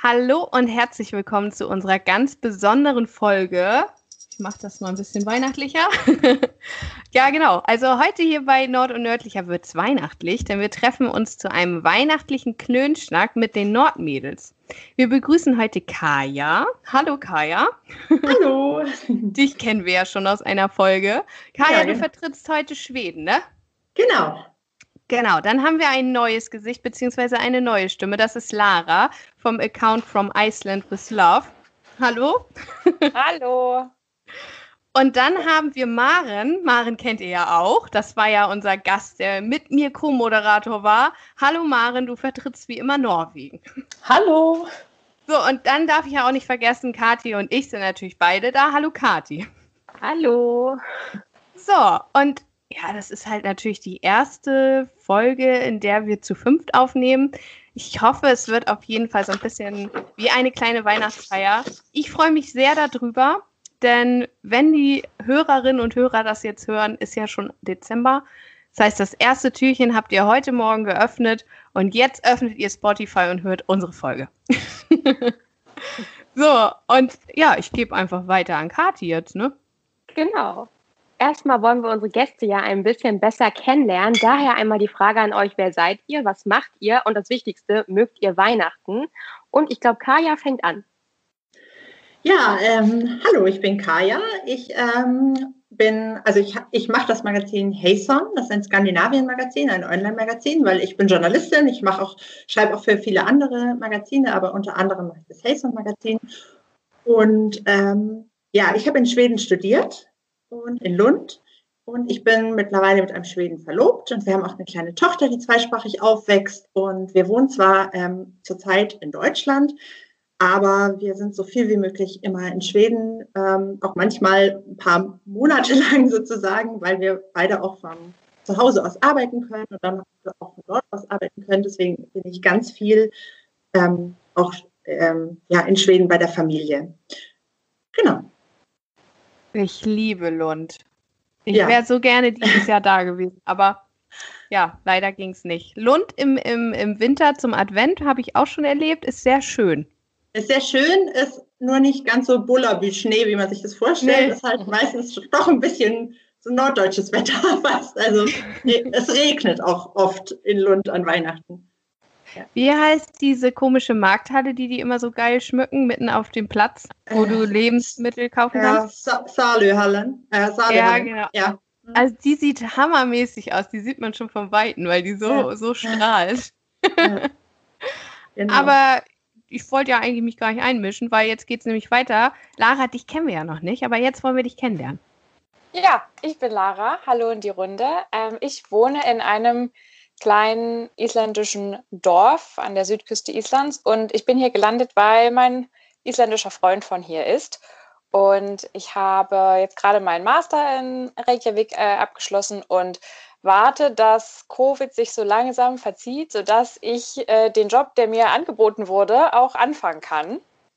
Hallo und herzlich willkommen zu unserer ganz besonderen Folge. Ich mache das mal ein bisschen weihnachtlicher. Ja, genau. Also heute hier bei Nord und Nördlicher wird es weihnachtlich, denn wir treffen uns zu einem weihnachtlichen Klönschnack mit den Nordmädels. Wir begrüßen heute Kaja. Hallo Kaja. Hallo. Dich kennen wir ja schon aus einer Folge. Kaja, Ja, du genau. vertrittst heute Schweden, ne? Genau. Genau, dann haben wir ein neues Gesicht beziehungsweise eine neue Stimme. Das ist Lara vom Account From Iceland with Love. Hallo. Hallo. Und dann haben wir Maren. Maren kennt ihr ja auch. Das war ja unser Gast, der mit mir Co-Moderator war. Hallo Maren, du vertrittst wie immer Norwegen. Hallo. So, und dann darf ich ja auch nicht vergessen, Kathi und ich sind natürlich beide da. Hallo Kathi. Hallo. So, und ja, das ist halt natürlich die erste Folge, in der wir zu fünft aufnehmen. Ich hoffe, es wird auf jeden Fall so ein bisschen wie eine kleine Weihnachtsfeier. Ich freue mich sehr darüber, denn wenn die Hörerinnen und Hörer das jetzt hören, ist ja schon Dezember. Das heißt, das erste Türchen habt ihr heute Morgen geöffnet und jetzt öffnet ihr Spotify und hört unsere Folge. So, und ja, ich gebe einfach weiter an Kathi jetzt, ne? Genau. Erstmal wollen wir unsere Gäste ja ein bisschen besser kennenlernen. Daher einmal die Frage an euch, wer seid ihr, was macht ihr und das Wichtigste, mögt ihr Weihnachten? Und ich glaube, Kaja fängt an. Ja, hallo, ich bin Kaja. Ich mache das Magazin HeySon, das ist ein Skandinavien-Magazin, ein Online-Magazin, weil ich bin Journalistin. Schreibe auch für viele andere Magazine, aber unter anderem mache ich das HeySon-Magazin. Und ich habe in Schweden studiert und in Lund. Und ich bin mittlerweile mit einem Schweden verlobt und wir haben auch eine kleine Tochter, die zweisprachig aufwächst. Und wir wohnen zwar zurzeit in Deutschland, aber wir sind so viel wie möglich immer in Schweden, auch manchmal ein paar Monate lang sozusagen, weil wir beide auch von zu Hause aus arbeiten können und dann auch von dort aus arbeiten können. Deswegen bin ich ganz viel in Schweden bei der Familie. Genau. Ich liebe Lund. Ich wäre so gerne dieses Jahr da gewesen, aber ja, leider ging es nicht. Lund im Winter zum Advent habe ich auch schon erlebt, ist sehr schön. Ist sehr schön, ist nur nicht ganz so Buller wie Schnee, wie man sich das vorstellt. Nee. Ist halt meistens doch ein bisschen so norddeutsches Wetter fast. Also es regnet auch oft in Lund an Weihnachten. Ja. Wie heißt diese komische Markthalle, die immer so geil schmücken, mitten auf dem Platz, wo du Lebensmittel kaufen kannst? Saluhallen. Ja, genau. Ja. Also die sieht hammermäßig aus, die sieht man schon von Weitem, weil die so strahlt. Ja. Genau. Aber ich wollte ja eigentlich mich gar nicht einmischen, weil jetzt geht es nämlich weiter. Lara, dich kennen wir ja noch nicht, aber jetzt wollen wir dich kennenlernen. Ja, ich bin Lara. Hallo in die Runde. Ich wohne in einem kleinen isländischen Dorf an der Südküste Islands und ich bin hier gelandet, weil mein isländischer Freund von hier ist. Und ich habe jetzt gerade meinen Master in Reykjavik abgeschlossen und warte, dass Covid sich so langsam verzieht, sodass ich den Job, der mir angeboten wurde, auch anfangen kann.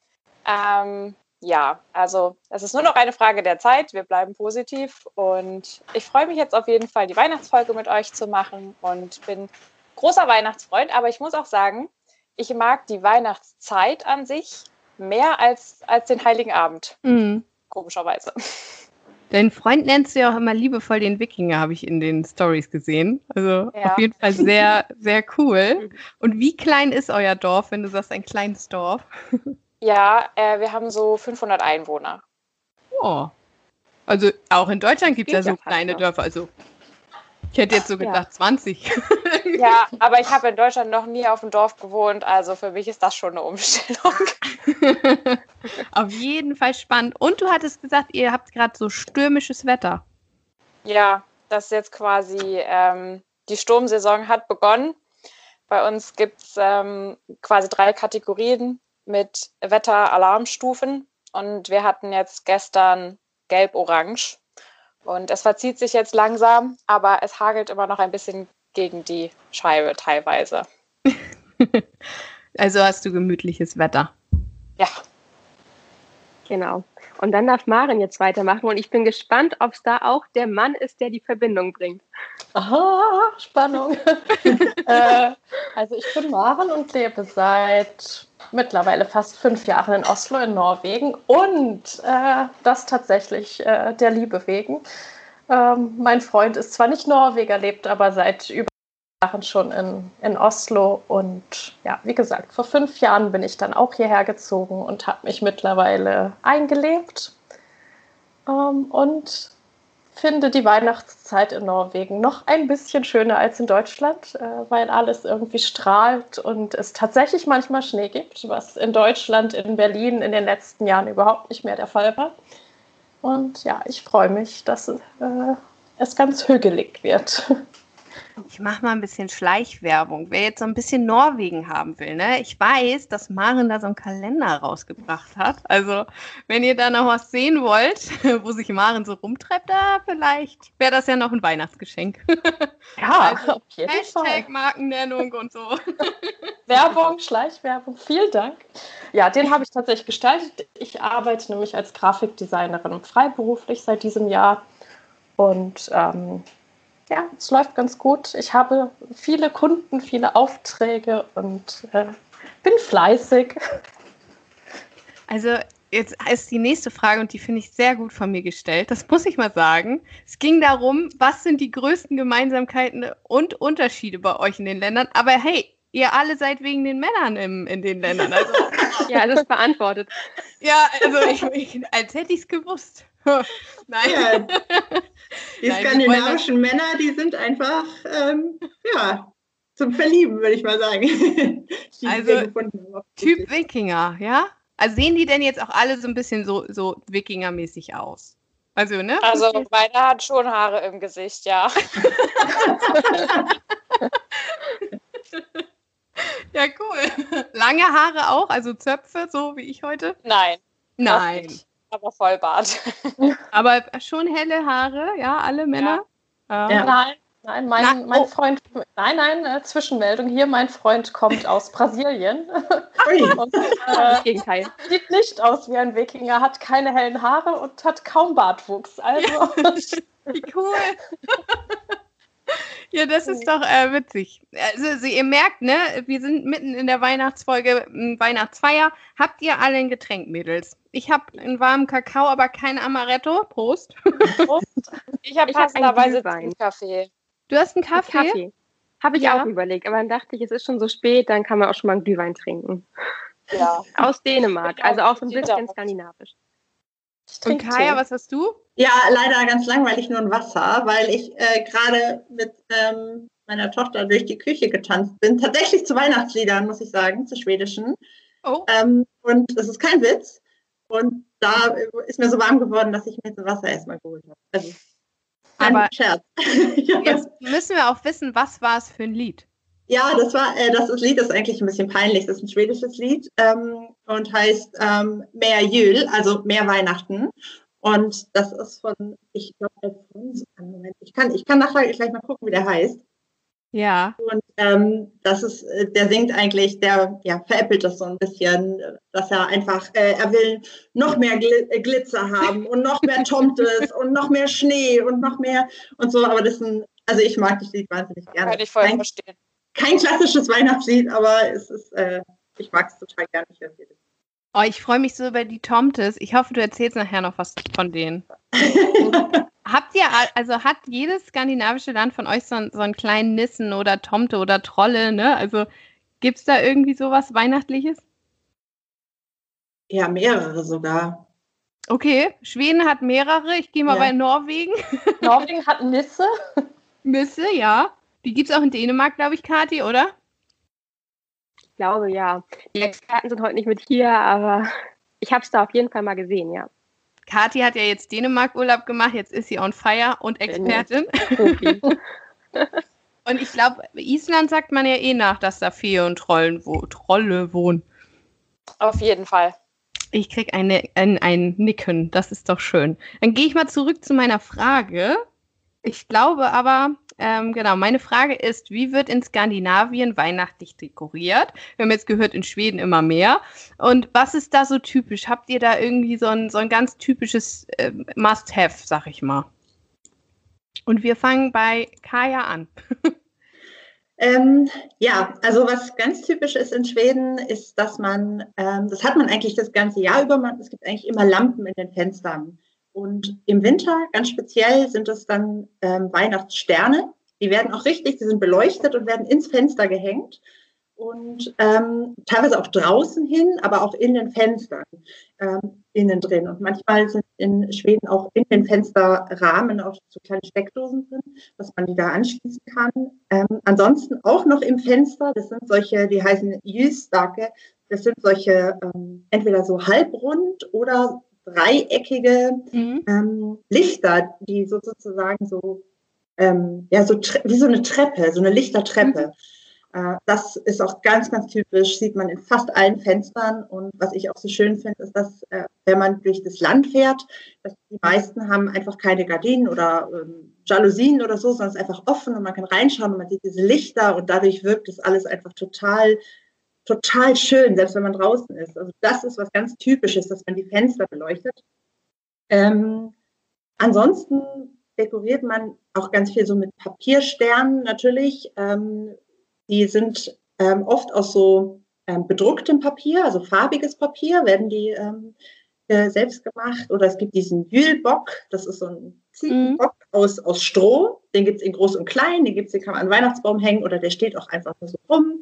Also es ist nur noch eine Frage der Zeit. Wir bleiben positiv und ich freue mich jetzt auf jeden Fall, die Weihnachtsfolge mit euch zu machen und bin großer Weihnachtsfreund. Aber ich muss auch sagen, ich mag die Weihnachtszeit an sich mehr als den Heiligen Abend. Komischerweise. Dein Freund nennst du ja auch immer liebevoll den Wikinger, habe ich in den Stories gesehen. Also ja. Auf jeden Fall sehr, sehr cool. Und wie klein ist euer Dorf, wenn du sagst, ein kleines Dorf? Ja, wir haben so 500 Einwohner. Oh. Also auch in Deutschland gibt es ja so kleine Dörfer. Also ich hätte jetzt so gedacht 20. Ja, aber ich habe in Deutschland noch nie auf dem Dorf gewohnt. Also für mich ist das schon eine Umstellung. Auf jeden Fall spannend. Und du hattest gesagt, ihr habt gerade so stürmisches Wetter. Ja, das ist jetzt quasi, die Sturmsaison hat begonnen. Bei uns gibt es quasi 3 Kategorien mit Wetteralarmstufen. Und wir hatten jetzt gestern Gelb-Orange. Und es verzieht sich jetzt langsam, aber es hagelt immer noch ein bisschen gegen die Scheibe teilweise. Also hast du gemütliches Wetter. Ja. Genau. Und dann darf Maren jetzt weitermachen und ich bin gespannt, ob es da auch der Mann ist, der die Verbindung bringt. Aha, Spannung. Also ich bin Maren und lebe seit mittlerweile fast 5 Jahren in Oslo in Norwegen und das tatsächlich der Liebe wegen. Mein Freund ist zwar nicht Norweger, lebt aber seit über Jahren schon in Oslo und ja, wie gesagt, vor 5 Jahren bin ich dann auch hierher gezogen und habe mich mittlerweile eingelebt und finde die Weihnachtszeit in Norwegen noch ein bisschen schöner als in Deutschland, weil alles irgendwie strahlt und es tatsächlich manchmal Schnee gibt, was in Deutschland, in Berlin in den letzten Jahren überhaupt nicht mehr der Fall war. Und ja, ich freue mich, dass es ganz hügelig wird. Ich mache mal ein bisschen Schleichwerbung. Wer jetzt so ein bisschen Norwegen haben will, ne? Ich weiß, dass Maren da so einen Kalender rausgebracht hat. Also, wenn ihr da noch was sehen wollt, wo sich Maren so rumtreibt, da vielleicht wäre das ja noch ein Weihnachtsgeschenk. Ja, also, auf jeden Hashtag Fall. Markennennung und so. Werbung, Schleichwerbung, vielen Dank. Ja, den habe ich tatsächlich gestaltet. Ich arbeite nämlich als Grafikdesignerin freiberuflich seit diesem Jahr und ja, es läuft ganz gut. Ich habe viele Kunden, viele Aufträge und bin fleißig. Also jetzt ist die nächste Frage und die finde ich sehr gut von mir gestellt. Das muss ich mal sagen. Es ging darum, was sind die größten Gemeinsamkeiten und Unterschiede bei euch in den Ländern? Aber hey, ihr alle seid wegen den Männern in den Ländern. Also, Ja, das ist beantwortet. ja, also als hätte ich es gewusst. Nein. Ja, die Nein, skandinavischen Männer, die sind einfach, ja, zum Verlieben, würde ich mal sagen. Die Also, wir gefunden haben. Typ Wikinger, ja? Also sehen die denn jetzt auch alle so ein bisschen so Wikinger-mäßig aus? Also, ne? Also meine hat schon Haare im Gesicht, ja. Ja, cool. Lange Haare auch, also Zöpfe, so wie ich heute? Nein. Nein. Nicht, aber Vollbart. Aber schon helle Haare, ja, alle Männer? Ja. Ja. Nein, mein Freund, Zwischenmeldung hier, mein Freund kommt aus Brasilien. Ui. Und, Das Gegenteil. sieht nicht aus wie ein Wikinger, hat keine hellen Haare und hat kaum Bartwuchs. Also Wie cool. Ja, das ist doch witzig. Also ihr merkt, ne, wir sind mitten in der Weihnachtsfolge, Weihnachtsfeier. Habt ihr alle ein Getränk, Mädels? Ich habe einen warmen Kakao, aber kein Amaretto. Prost. Ich habe Ich hab passenderweise einen Glühwein. Kaffee. Du hast einen Kaffee? Habe ich Ja. auch überlegt, aber dann dachte ich, es ist schon so spät, dann kann man auch schon mal einen Glühwein trinken. Ja. Aus Dänemark, also auch so ein bisschen Dänemark. skandinavisch. ich Und trinke Kaya, Tee. was hast du? Ja, leider ganz langweilig, nur ein Wasser, weil ich gerade mit meiner Tochter durch die Küche getanzt bin. Tatsächlich zu Weihnachtsliedern, muss ich sagen, zu schwedischen. Oh, Und es ist kein Witz. Und da ist mir so warm geworden, dass ich mir jetzt ein Wasser erstmal geholt habe. Also, kein Aber Scherz. Ja. jetzt müssen wir auch wissen, was war es für ein Lied? Ja, das Lied ist eigentlich ein bisschen peinlich. Das ist ein schwedisches Lied und heißt Mehr Jul, also mehr Weihnachten. Und das ist von, ich glaube, Alfonso. Moment, ich kann nachher gleich mal gucken, wie der heißt. Ja. Und das ist, der singt eigentlich, der veräppelt das so ein bisschen, dass er einfach, er will noch mehr Glitzer haben und noch mehr Tomtes und noch mehr Schnee und noch mehr und so. Aber das ist also ich mag das Lied wahnsinnig gerne. Kann ich voll verstehen. Kein klassisches Weihnachtslied, aber es ist, ich mag es total gerne. Oh, ich freue mich so über die Tomtes. Ich hoffe, du erzählst nachher noch was von denen. Hat jedes skandinavische Land von euch so einen kleinen Nissen oder Tomte oder Trolle, ne? Also gibt es da irgendwie sowas Weihnachtliches? Ja, mehrere sogar. Okay, Schweden hat mehrere. Ich gehe mal Ja. bei Norwegen. Norwegen hat Nisse. Nisse, ja. Die gibt es auch in Dänemark, glaube ich, Kathi, oder? Ich glaube, ja. Die Experten sind heute nicht mit hier, aber ich habe es da auf jeden Fall mal gesehen, ja. Kathi hat ja jetzt Dänemark-Urlaub gemacht, jetzt ist sie on fire und Expertin. Profi. Und ich glaube, Island sagt man ja eh nach, dass da Fee und Trolle wohnen. Auf jeden Fall. Ich krieg ein Nicken, das ist doch schön. Dann gehe ich mal zurück zu meiner Frage. Ich glaube aber, Genau, meine Frage ist, wie wird in Skandinavien weihnachtlich dekoriert? Wir haben jetzt gehört, in Schweden immer mehr. Und was ist da so typisch? Habt ihr da irgendwie so ein ganz typisches Must-Have, sag ich mal? Und wir fangen bei Kaja an. Ja, also was ganz typisch ist in Schweden, ist, dass man, das hat man eigentlich das ganze Jahr über, es gibt eigentlich immer Lampen in den Fenstern. Und im Winter ganz speziell sind es dann Weihnachtssterne. Die werden auch richtig, die sind beleuchtet und werden ins Fenster gehängt. Und teilweise auch draußen hin, aber auch in den Fenstern innen drin. Und manchmal sind in Schweden auch in den Fensterrahmen auch so kleine Steckdosen drin, dass man die da anschließen kann. Ansonsten auch noch im Fenster, das sind solche, die heißen Ljusstake, das sind solche entweder so halbrund oder dreieckige Lichter, die sozusagen so, wie so eine Treppe, so eine Lichtertreppe. Das ist auch ganz, ganz typisch, sieht man in fast allen Fenstern. Und was ich auch so schön finde, ist, dass wenn man durch das Land fährt, dass die meisten haben einfach keine Gardinen oder Jalousien oder so, sondern es ist einfach offen und man kann reinschauen und man sieht diese Lichter und dadurch wirkt das alles einfach total, total schön, selbst wenn man draußen ist. Also das ist was ganz Typisches, dass man die Fenster beleuchtet. Ansonsten dekoriert man auch ganz viel so mit Papiersternen natürlich. Die sind oft aus so bedrucktem Papier, also farbiges Papier, werden die selbst gemacht. Oder es gibt diesen Jülbock, das ist so ein Ziegenbock aus Stroh. Den gibt es in groß und klein, den kann man an den Weihnachtsbaum hängen oder der steht auch einfach nur so rum.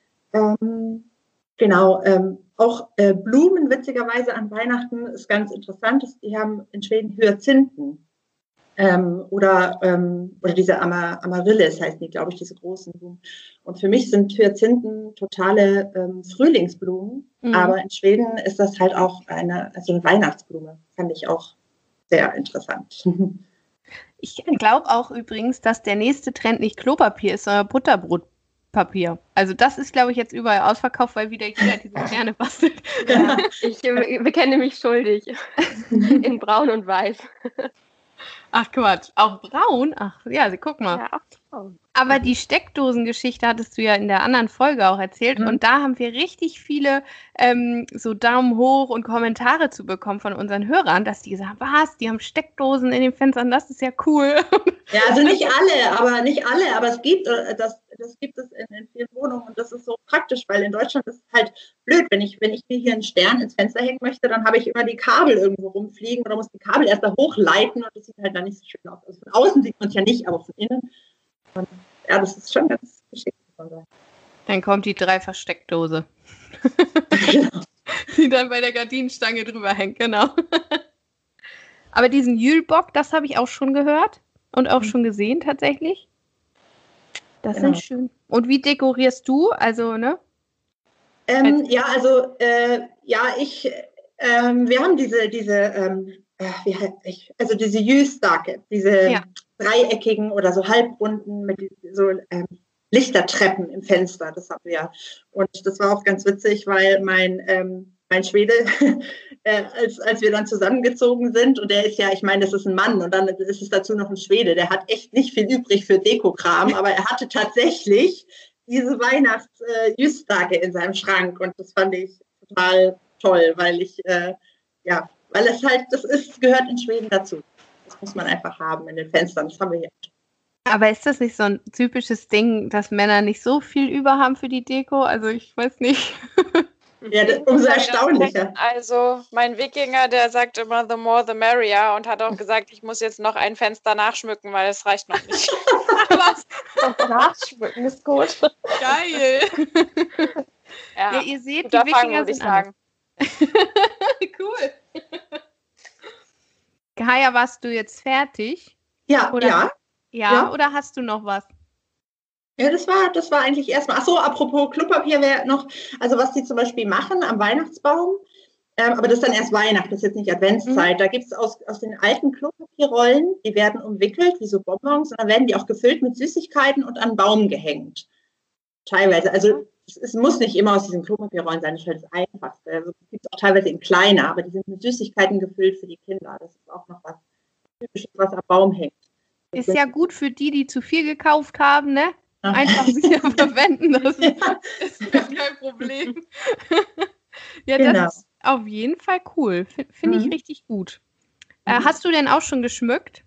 Auch Blumen, witzigerweise an Weihnachten, ist ganz interessant. Die haben in Schweden Hyazinthen. Oder diese Amaryllis heißen die, glaube ich, diese großen Blumen. Und für mich sind Hyazinthen totale Frühlingsblumen, aber in Schweden ist das halt auch eine Weihnachtsblume. Fand ich auch sehr interessant. Ich glaube auch übrigens, dass der nächste Trend nicht Klopapier ist, sondern Butterbrotpapier. Also das ist, glaube ich, jetzt überall ausverkauft, weil wieder jeder diese Sterne bastelt. Ja, ich bekenne mich schuldig. In Braun und Weiß. Ach Quatsch, auch braun? Ach ja, guck mal. Ja, auch braun. Aber die Steckdosengeschichte hattest du ja in der anderen Folge auch erzählt und da haben wir richtig viele so Daumen hoch und Kommentare zu bekommen von unseren Hörern, dass die gesagt haben, was, die haben Steckdosen in den Fenstern, das ist ja cool. Ja, also nicht alle, aber es gibt das gibt es in vielen Wohnungen und das ist so praktisch, weil in Deutschland ist es halt blöd, wenn ich mir hier einen Stern ins Fenster hängen möchte, dann habe ich immer die Kabel irgendwo rumfliegen oder muss die Kabel erst da hochleiten und das sieht halt dann nicht so schön aus. Also von außen sieht man es ja nicht, aber von innen. Und ja, das ist schon ganz geschickt. Dann kommt die Dreifach-Steckdose. Genau. Die dann bei der Gardinenstange drüber hängt, genau. Aber diesen Jülbock, das habe ich auch schon gehört und auch schon gesehen tatsächlich. Das sind schön. Und wie dekorierst du? Also, ne? Wir haben diese Ljusstake, diese dreieckigen oder so halbrunden mit so Lichtertreppen im Fenster, das haben wir. Und das war auch ganz witzig, weil mein Schwede, als wir dann zusammengezogen sind, und der ist ja, ich meine, das ist ein Mann und dann ist es dazu noch ein Schwede, der hat echt nicht viel übrig für Dekokram, aber er hatte tatsächlich diese Weihnachts-Ljusstake in seinem Schrank und das fand ich total toll, weil es halt, gehört in Schweden dazu. Das muss man einfach haben in den Fenstern, das haben wir hier. Aber ist das nicht so ein typisches Ding, dass Männer nicht so viel über haben für die Deko? Also ich weiß nicht. Ja, umso erstaunlicher. Also mein Wikinger, der sagt immer the more the merrier und hat auch gesagt, ich muss jetzt noch ein Fenster nachschmücken, weil es reicht noch nicht. Was? Nachschmücken ist gut. Geil. Ja, ihr seht, guter die Fang, Wikinger würde ich sind sagen. Cool. Kaja, warst du jetzt fertig? Ja, oder? Ja. Ja, oder hast du noch was? Ja, das war eigentlich erstmal. Achso, apropos Klopapier wäre noch, also was die zum Beispiel machen am Weihnachtsbaum, aber das ist dann erst Weihnachten, das ist jetzt nicht Adventszeit. Da gibt es aus den alten Klopapierrollen, die werden umwickelt wie so Bonbons und dann werden die auch gefüllt mit Süßigkeiten und an den Baum gehängt. Teilweise. Also es muss nicht immer aus diesen Klopapierrollen sein, das ist halt das Einfachste. Also es gibt es auch teilweise in kleiner, aber die sind mit Süßigkeiten gefüllt für die Kinder. Das ist auch noch was Typisches, was am Baum hängt. Ist ja gut für die, die zu viel gekauft haben, ne? Einfach wieder verwenden, das ist ja kein Problem. Ja, Genau. das ist auf jeden Fall cool. Finde ich richtig gut. Hast du denn auch schon geschmückt?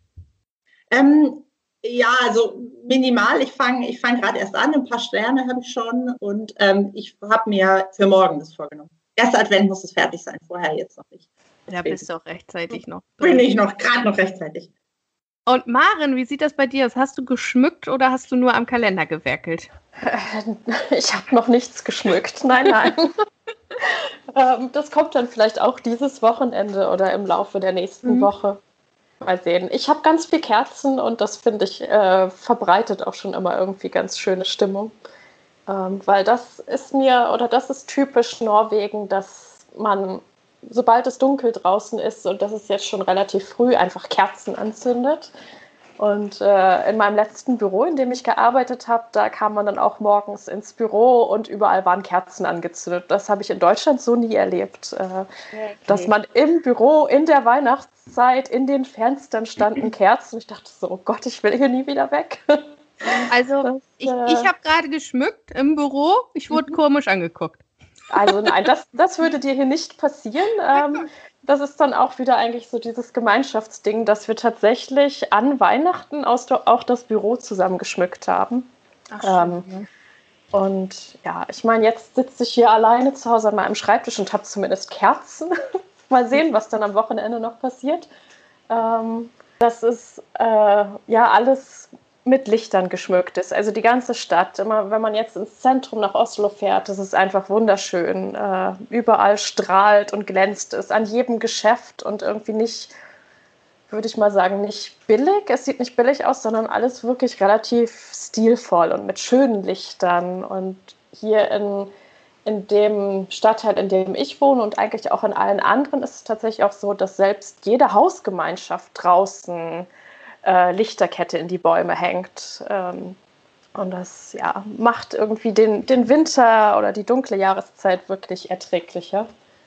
Ja, also minimal. Ich fang gerade erst an. Ein paar Sterne habe ich schon. Und ich habe mir für morgen das vorgenommen. Erster Advent muss es fertig sein. Vorher jetzt noch nicht. Da bist du auch rechtzeitig noch. Bin ich gerade noch rechtzeitig. Und Maren, wie sieht das bei dir aus? Hast du geschmückt oder hast du nur am Kalender gewerkelt? Ich habe noch nichts geschmückt. Nein. Das kommt dann vielleicht auch dieses Wochenende oder im Laufe der nächsten Woche. Mal sehen. Ich habe ganz viel Kerzen und das finde ich verbreitet auch schon immer irgendwie ganz schöne Stimmung. Weil das ist typisch Norwegen, dass man, sobald es dunkel draußen ist, und das ist jetzt schon relativ früh, einfach Kerzen anzündet. Und in meinem letzten Büro, in dem ich gearbeitet habe, da kam man dann auch morgens ins Büro und überall waren Kerzen angezündet. Das habe ich in Deutschland so nie erlebt. Dass man im Büro in der Weihnachtszeit in den Fenstern standen Kerzen. Ich dachte so, oh Gott, ich will hier nie wieder weg. Also ich habe gerade geschmückt im Büro. Ich wurde komisch angeguckt. Also nein, das würde dir hier nicht passieren. Das ist dann auch wieder eigentlich so dieses Gemeinschaftsding, dass wir tatsächlich an Weihnachten auch das Büro zusammen geschmückt haben. Und ja, ich meine, jetzt sitze ich hier alleine zu Hause an meinem Schreibtisch und habe zumindest Kerzen. Mal sehen, was dann am Wochenende noch passiert. Das ist alles mit Lichtern geschmückt ist. Also die ganze Stadt, immer wenn man jetzt ins Zentrum nach Oslo fährt, das ist einfach wunderschön. Überall strahlt und glänzt es, an jedem Geschäft und irgendwie nicht, würde ich mal sagen, nicht billig. Es sieht nicht billig aus, sondern alles wirklich relativ stilvoll und mit schönen Lichtern. Und hier in dem Stadtteil, in dem ich wohne und eigentlich auch in allen anderen, ist es tatsächlich auch so, dass selbst jede Hausgemeinschaft draußen Lichterkette in die Bäume hängt. Und das macht irgendwie den Winter oder die dunkle Jahreszeit wirklich erträglicher.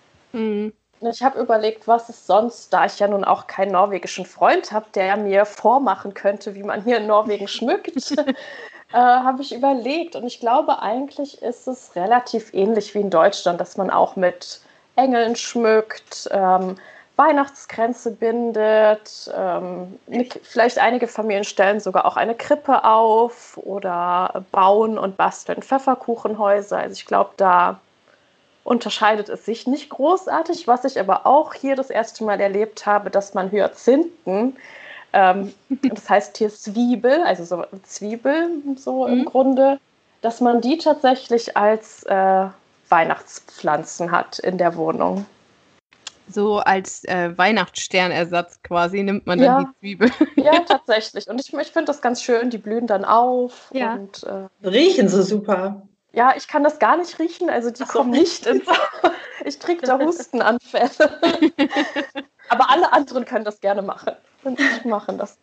Ich habe überlegt, was es sonst, da ich ja nun auch keinen norwegischen Freund habe, der mir vormachen könnte, wie man hier in Norwegen schmückt, habe ich überlegt. Und ich glaube, eigentlich ist es relativ ähnlich wie in Deutschland, dass man auch mit Engeln schmückt, Weihnachtskränze bindet, vielleicht einige Familien stellen sogar auch eine Krippe auf oder bauen und basteln Pfefferkuchenhäuser. Also ich glaube, da unterscheidet es sich nicht großartig. Was ich aber auch hier das erste Mal erlebt habe, dass man Hyazinthen, das heißt hier Zwiebel, also so Zwiebel so im Grunde, dass man die tatsächlich als Weihnachtspflanzen hat in der Wohnung. So als Weihnachtssternersatz quasi nimmt man dann die Zwiebel. Ja, tatsächlich. Und ich finde das ganz schön. Die blühen dann auf. Ja. Und, riechen so super. Ja, ich kann das gar nicht riechen. Also die kommen nicht ins... Ich kriege da Hustenanfälle. Aber alle anderen können das gerne machen. Und ich mache das.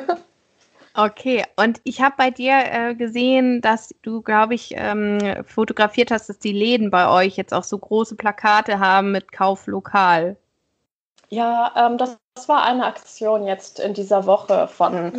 Okay, und ich habe bei dir gesehen, dass du, glaube ich, fotografiert hast, dass die Läden bei euch jetzt auch so große Plakate haben mit Kauf lokal. Ja, das war eine Aktion jetzt in dieser Woche von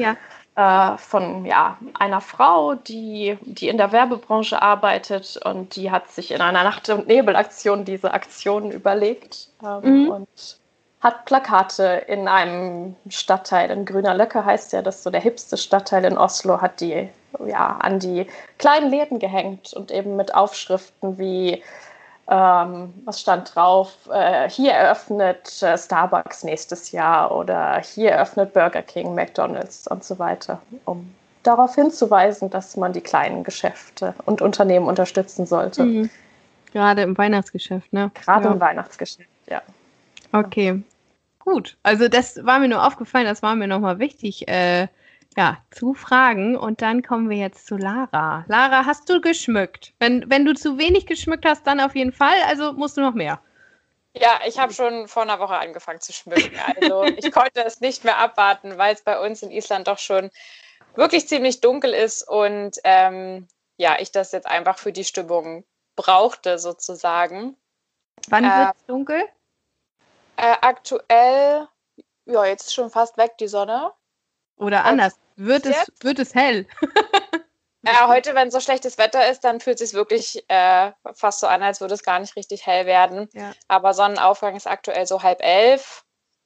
einer Frau, die in der Werbebranche arbeitet und die hat sich in einer Nacht- und Nebelaktion diese Aktion überlegt und hat Plakate in einem Stadtteil, in Grüner Löcke heißt ja, das ist so der hipste Stadtteil in Oslo, hat die an die kleinen Läden gehängt und eben mit Aufschriften wie, was stand drauf, hier eröffnet Starbucks nächstes Jahr oder hier eröffnet Burger King, McDonald's und so weiter, um darauf hinzuweisen, dass man die kleinen Geschäfte und Unternehmen unterstützen sollte. Gerade im Weihnachtsgeschäft, ne? Gerade im Weihnachtsgeschäft, ja. Okay, gut. Also das war mir nur aufgefallen, das war mir nochmal wichtig zu fragen. Und dann kommen wir jetzt zu Lara. Lara, hast du geschmückt? Wenn du zu wenig geschmückt hast, dann auf jeden Fall. Also musst du noch mehr. Ja, ich habe schon vor einer Woche angefangen zu schmücken. Also ich konnte es nicht mehr abwarten, weil es bei uns in Island doch schon wirklich ziemlich dunkel ist und ich das jetzt einfach für die Stimmung brauchte sozusagen. Wann wird es dunkel? Aktuell, jetzt schon fast weg die Sonne. Oder anders, wird es hell. Ja, heute, wenn so schlechtes Wetter ist, dann fühlt es sich wirklich fast so an, als würde es gar nicht richtig hell werden. Ja. Aber Sonnenaufgang ist aktuell so 10:30.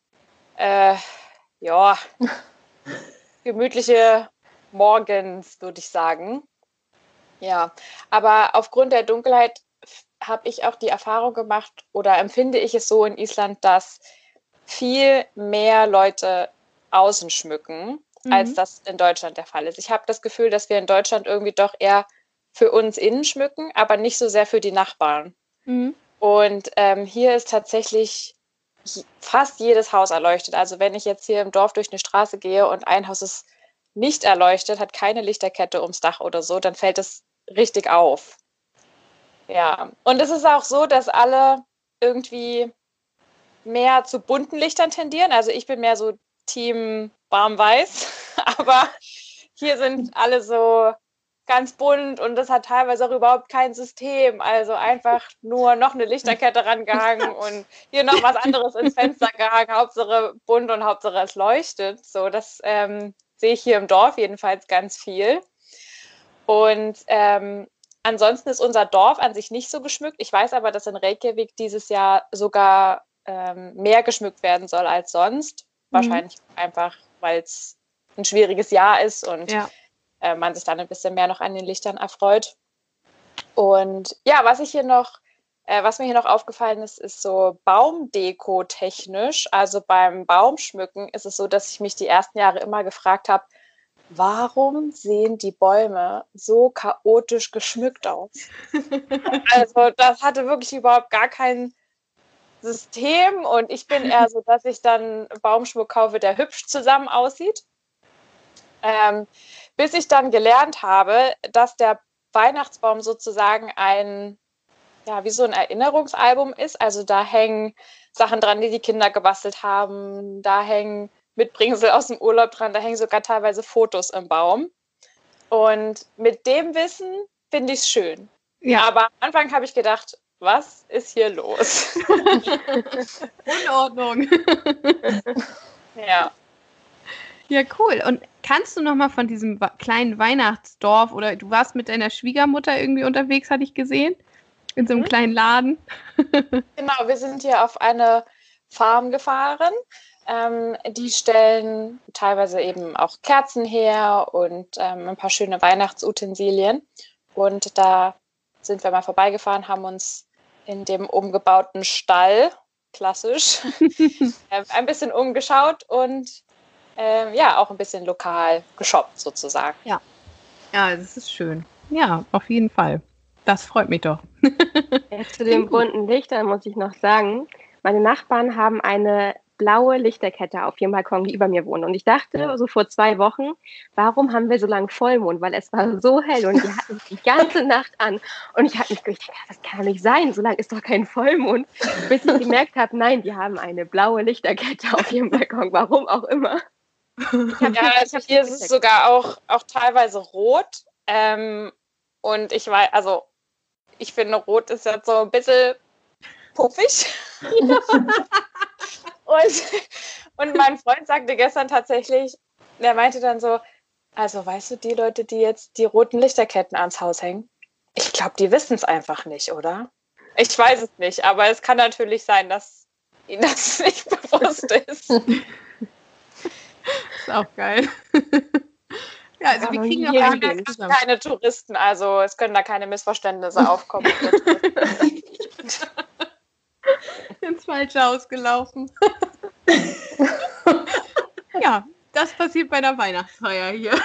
Ja, gemütliche Morgens, würde ich sagen. Ja, aber aufgrund der Dunkelheit habe ich auch die Erfahrung gemacht oder empfinde ich es so in Island, dass viel mehr Leute außen schmücken, als das in Deutschland der Fall ist. Ich habe das Gefühl, dass wir in Deutschland irgendwie doch eher für uns innen schmücken, aber nicht so sehr für die Nachbarn. Und hier ist tatsächlich fast jedes Haus erleuchtet. Also wenn ich jetzt hier im Dorf durch eine Straße gehe und ein Haus ist nicht erleuchtet, hat keine Lichterkette ums Dach oder so, dann fällt es richtig auf. Ja, und es ist auch so, dass alle irgendwie mehr zu bunten Lichtern tendieren. Also ich bin mehr so Team warm-weiß, aber hier sind alle so ganz bunt und das hat teilweise auch überhaupt kein System. Also einfach nur noch eine Lichterkette rangehangen und hier noch was anderes ins Fenster gehangen. Hauptsache bunt und Hauptsache es leuchtet. So, das sehe ich hier im Dorf jedenfalls ganz viel. Und ansonsten ist unser Dorf an sich nicht so geschmückt. Ich weiß aber, dass in Reykjavik dieses Jahr sogar mehr geschmückt werden soll als sonst. Wahrscheinlich einfach, weil es ein schwieriges Jahr ist und man sich dann ein bisschen mehr noch an den Lichtern erfreut. Und ja, was mir hier noch aufgefallen ist, ist so Baumdeko-technisch. Also beim Baumschmücken ist es so, dass ich mich die ersten Jahre immer gefragt habe, warum sehen die Bäume so chaotisch geschmückt aus? Also das hatte wirklich überhaupt gar kein System und ich bin eher so, dass ich dann Baumschmuck kaufe, der hübsch zusammen aussieht. Bis ich dann gelernt habe, dass der Weihnachtsbaum sozusagen wie so ein Erinnerungsalbum ist. Also da hängen Sachen dran, die die Kinder gebastelt haben. Da hängen Mitbringsel aus dem Urlaub dran. Da hängen sogar teilweise Fotos im Baum. Und mit dem Wissen finde ich es schön. Ja. Aber am Anfang habe ich gedacht, was ist hier los? Unordnung. Ja. Ja, cool. Und kannst du noch mal von diesem kleinen Weihnachtsdorf oder du warst mit deiner Schwiegermutter irgendwie unterwegs, hatte ich gesehen, in so einem kleinen Laden? Genau, wir sind hier auf eine Farm gefahren. Die stellen teilweise eben auch Kerzen her und ein paar schöne Weihnachtsutensilien. Und da sind wir mal vorbeigefahren, haben uns in dem umgebauten Stall, klassisch, ein bisschen umgeschaut und auch ein bisschen lokal geshoppt sozusagen. Ja, das ist schön. Ja, auf jeden Fall. Das freut mich doch. Zu den bunten Lichtern muss ich noch sagen, meine Nachbarn haben eine blaue Lichterkette auf ihrem Balkon, die über mir wohnen. Und ich dachte so vor 2 Wochen, warum haben wir so lange Vollmond? Weil es war so hell und die hatten die ganze Nacht an. Und ich habe mich gedacht, das kann doch nicht sein, so lange ist doch kein Vollmond. Bis ich gemerkt habe, nein, die haben eine blaue Lichterkette auf ihrem Balkon, warum auch immer. Hier ist es sogar auch teilweise rot. Und ich weiß, also ich finde, rot ist jetzt so ein bisschen puffig. Und mein Freund sagte gestern tatsächlich, der meinte dann so, also weißt du, die Leute, die jetzt die roten Lichterketten ans Haus hängen, ich glaube, die wissen es einfach nicht, oder? Ich weiß es nicht, aber es kann natürlich sein, dass ihnen das nicht bewusst ist. Ist auch geil. Ja, also wir kriegen auch keine Touristen, also es können da keine Missverständnisse aufkommen. Ins Falsche ausgelaufen. Ja, das passiert bei der Weihnachtsfeier hier.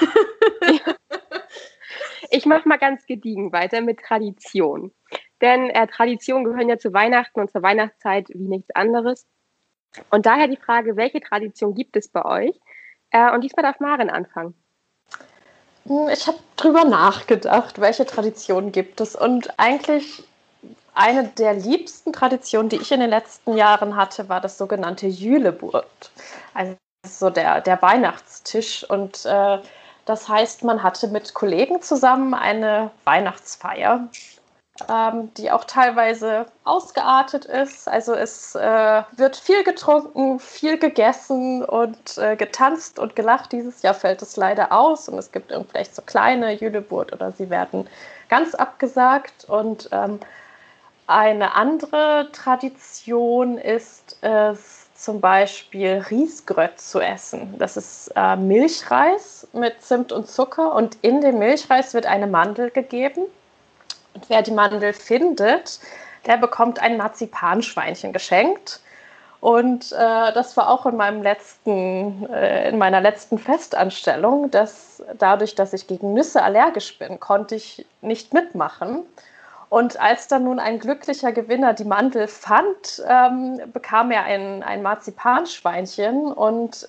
Ich mache mal ganz gediegen weiter mit Tradition. Denn Traditionen gehören ja zu Weihnachten und zur Weihnachtszeit wie nichts anderes. Und daher die Frage, welche Tradition gibt es bei euch? Und diesmal darf Maren anfangen. Ich habe drüber nachgedacht, welche Traditionen gibt es. Und eigentlich eine der liebsten Traditionen, die ich in den letzten Jahren hatte, war das sogenannte Julebord. Also so der Weihnachtstisch. Und das heißt, man hatte mit Kollegen zusammen eine Weihnachtsfeier. die auch teilweise ausgeartet ist. Also es wird viel getrunken, viel gegessen und getanzt und gelacht. Dieses Jahr fällt es leider aus und es gibt vielleicht so kleine Jüleburt oder sie werden ganz abgesagt. Und eine andere Tradition ist es, zum Beispiel Riesgröt zu essen. Das ist Milchreis mit Zimt und Zucker und in dem Milchreis wird eine Mandel gegeben. Und wer die Mandel findet, der bekommt ein Marzipanschweinchen geschenkt. Und das war auch in meiner letzten Festanstellung, dass dadurch, dass ich gegen Nüsse allergisch bin, konnte ich nicht mitmachen. Und als dann nun ein glücklicher Gewinner die Mandel fand, bekam er ein Marzipanschweinchen und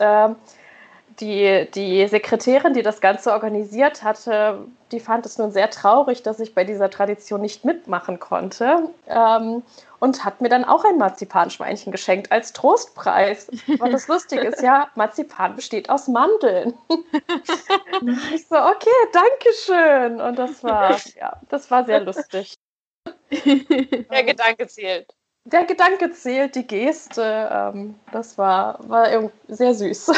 die Sekretärin, die das Ganze organisiert hatte, die fand es nun sehr traurig, dass ich bei dieser Tradition nicht mitmachen konnte und hat mir dann auch ein Marzipanschweinchen geschenkt als Trostpreis. Und das Lustige ist ja, Marzipan besteht aus Mandeln. Ich so, okay, danke schön. Und das war sehr lustig. Der Gedanke zählt. Der Gedanke zählt, die Geste, das war sehr süß.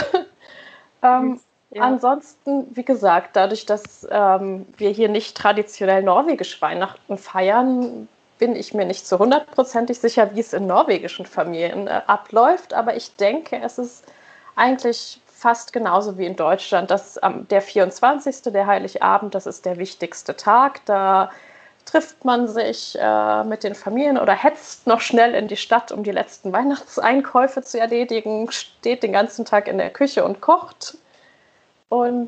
Ansonsten, wie gesagt, dadurch, dass wir hier nicht traditionell norwegisch Weihnachten feiern, bin ich mir nicht zu 100%ig sicher, wie es in norwegischen Familien abläuft. Aber ich denke, es ist eigentlich fast genauso wie in Deutschland. Der 24., der Heiligabend, das ist der wichtigste Tag. Da trifft man sich mit den Familien oder hetzt noch schnell in die Stadt, um die letzten Weihnachtseinkäufe zu erledigen, steht den ganzen Tag in der Küche und kocht und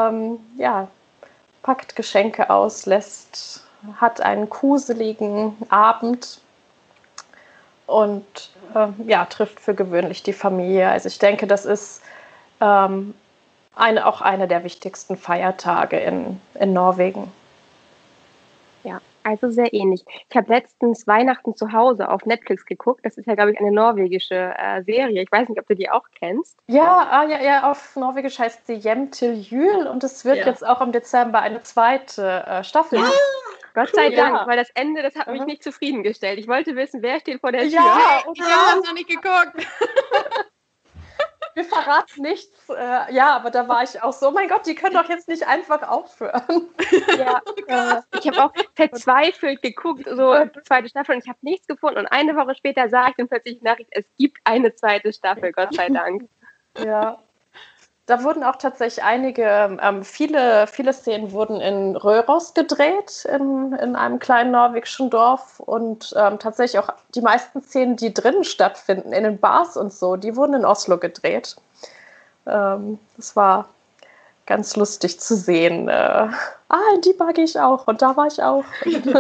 packt Geschenke aus, hat einen kuseligen Abend und trifft für gewöhnlich die Familie. Also ich denke, das ist auch einer der wichtigsten Feiertage in Norwegen. Ja, also sehr ähnlich. Ich habe letztens Weihnachten zu Hause auf Netflix geguckt. Das ist ja, glaube ich, eine norwegische Serie. Ich weiß nicht, ob du die auch kennst. Ja, auf Norwegisch heißt sie Hjem til jul und es wird jetzt auch im Dezember eine zweite Staffel. Ja, Gott sei Dank, weil das Ende, das hat mich nicht zufriedengestellt. Ich wollte wissen, wer steht vor der Tür. Ja, ich habe noch nicht geguckt. Wir verraten nichts. Aber da war ich auch so, mein Gott, die können doch jetzt nicht einfach aufhören. Ja, ich habe auch verzweifelt geguckt, so zweite Staffel, und ich habe nichts gefunden. Und eine Woche später sah ich dann plötzlich die Nachricht, es gibt eine zweite Staffel, Gott sei Dank. Ja, da wurden auch tatsächlich viele Szenen wurden in Røros gedreht, in einem kleinen norwegischen Dorf. Und tatsächlich auch die meisten Szenen, die drinnen stattfinden, in den Bars und so, die wurden in Oslo gedreht. Das war ganz lustig zu sehen. In die mag ich auch und da war ich auch.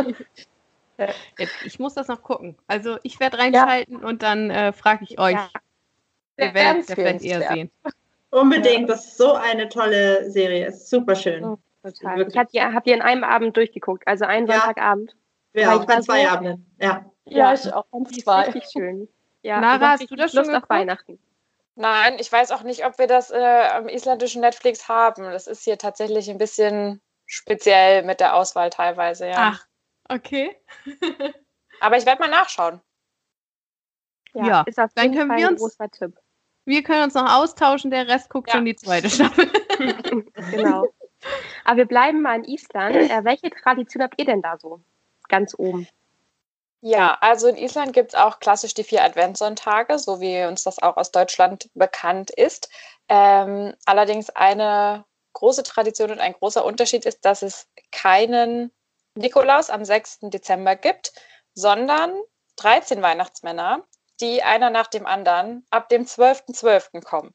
Ich muss das noch gucken. Also ich werde reinschalten und dann frage ich euch. Ihr werdet eher sehen. Unbedingt, das ist so eine tolle Serie. Ist super schön. Oh, total. Ich habe die in einem Abend durchgeguckt, also einen Sonntagabend. Ja, auch bei 2 Abenden. Ja, ich auch. Die ist richtig schön. Ja, Lara, hast du das schon Lust auf Weihnachten? Nein, ich weiß auch nicht, ob wir das am isländischen Netflix haben. Das ist hier tatsächlich ein bisschen speziell mit der Auswahl teilweise, ja. Ach, okay. Aber ich werde mal nachschauen. Ja, ist auf dann jeden können Fall wir ein uns großer Tipp. Wir können uns noch austauschen, der Rest guckt schon die zweite Staffel. Genau. Aber wir bleiben mal in Island. Welche Tradition habt ihr denn da so ganz oben? Ja, also in Island gibt es auch klassisch die 4 Adventssonntage, so wie uns das auch aus Deutschland bekannt ist. Allerdings eine große Tradition und ein großer Unterschied ist, dass es keinen Nikolaus am 6. Dezember gibt, sondern 13 Weihnachtsmänner, die einer nach dem anderen ab dem 12.12. kommen.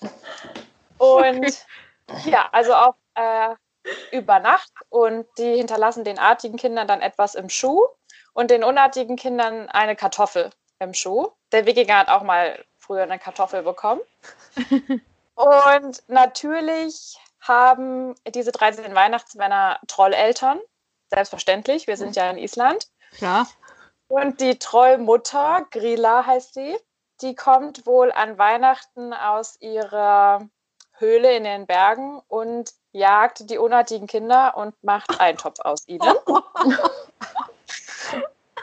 Und also auch über Nacht, und die hinterlassen den artigen Kindern dann etwas im Schuh und den unartigen Kindern eine Kartoffel im Schuh. Der Wikinger hat auch mal früher eine Kartoffel bekommen. Und natürlich haben diese 13 Weihnachtsmänner Trolleltern, selbstverständlich, wir sind ja in Island. Ja. Und die Trollmutter, Grilla heißt sie, die kommt wohl an Weihnachten aus ihrer Höhle in den Bergen und jagt die unartigen Kinder und macht Eintopf aus ihnen.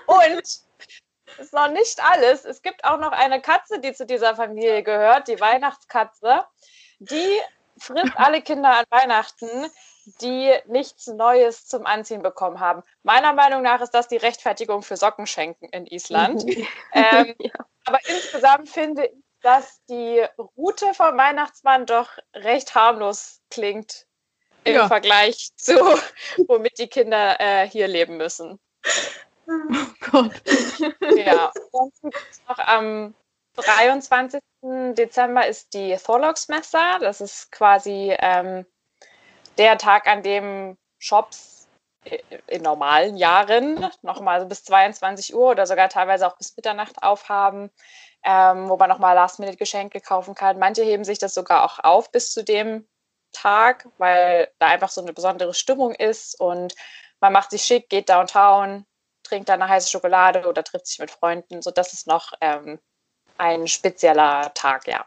Und das ist noch nicht alles. Es gibt auch noch eine Katze, die zu dieser Familie gehört, die Weihnachtskatze. Die frisst alle Kinder an Weihnachten, die nichts Neues zum Anziehen bekommen haben. Meiner Meinung nach ist das die Rechtfertigung für Sockenschenken in Island. Ja. Aber insgesamt finde ich, dass die Route vom Weihnachtsmann doch recht harmlos klingt im Vergleich zu, womit die Kinder hier leben müssen. Oh Gott. Ja, dann gibt es noch am 23. Dezember ist die Thorlaksmessa. Das ist quasi der Tag, an dem Shops in normalen Jahren nochmal so bis 22 Uhr oder sogar teilweise auch bis Mitternacht aufhaben, wo man nochmal Last-Minute-Geschenke kaufen kann. Manche heben sich das sogar auch auf bis zu dem Tag, weil da einfach so eine besondere Stimmung ist und man macht sich schick, geht downtown, trinkt dann eine heiße Schokolade oder trifft sich mit Freunden. So, das ist noch ein spezieller Tag, ja.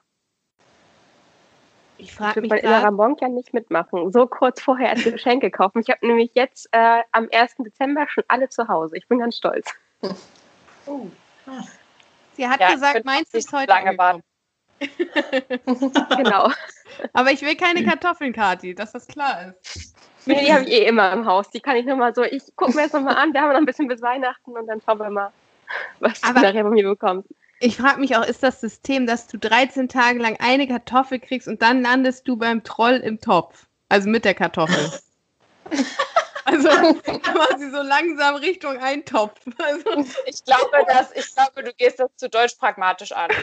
Ich Ich frage würde mich bei gerade, Ramon ja nicht mitmachen. So kurz vorher erst Geschenke kaufen. Ich habe nämlich jetzt am 1. Dezember schon alle zu Hause. Ich bin ganz stolz. Oh, krass. sie hat Ja, gesagt, ich meins nicht ist heute lange angekommen. Genau. Aber ich will keine Kartoffeln, Kathi, dass das klar ist. Nee, die habe ich immer im Haus. Die kann ich nochmal so, ich gucke mir das nochmal an. Wir haben noch ein bisschen bis Weihnachten und dann schauen wir mal, was du Aber- nachher von mir bekommst. Ich frage mich auch, ist das System, dass du 13 Tage lang eine Kartoffel kriegst und dann landest du beim Troll im Topf? Also mit der Kartoffel. Also quasi so langsam Richtung Eintopf. Also, Ich glaube, du gehst das zu deutsch pragmatisch an.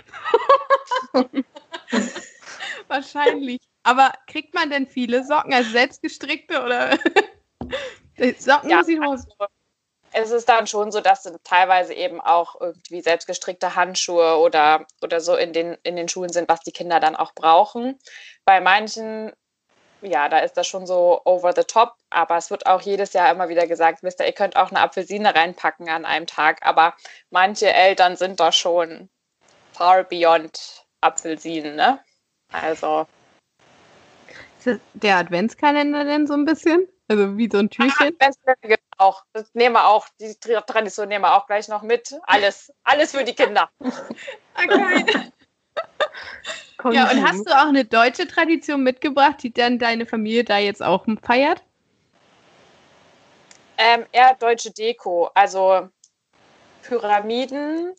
wahrscheinlich. Aber kriegt man denn viele Socken, also selbstgestrickte oder? Socken Ja, muss ich also, es ist dann schon so, dass teilweise eben auch irgendwie selbstgestrickte Handschuhe oder so in den Schuhen sind, was die Kinder dann auch brauchen. Bei manchen, ja, da ist das schon so over the top, aber es wird auch jedes Jahr immer wieder gesagt, wisst ihr, ihr könnt auch eine Apfelsine reinpacken an einem Tag, aber manche Eltern sind da schon far beyond Apfelsinen, ne? Also, Ist das der Adventskalender denn so ein bisschen? Also wie so ein Türchen? auch. Das nehmen wir auch, die Tradition nehmen wir auch gleich noch mit. Alles für die Kinder. Okay. Ja, und hast du auch eine deutsche Tradition mitgebracht, die dann deine Familie da jetzt auch feiert? Eher deutsche Deko. Also Pyramiden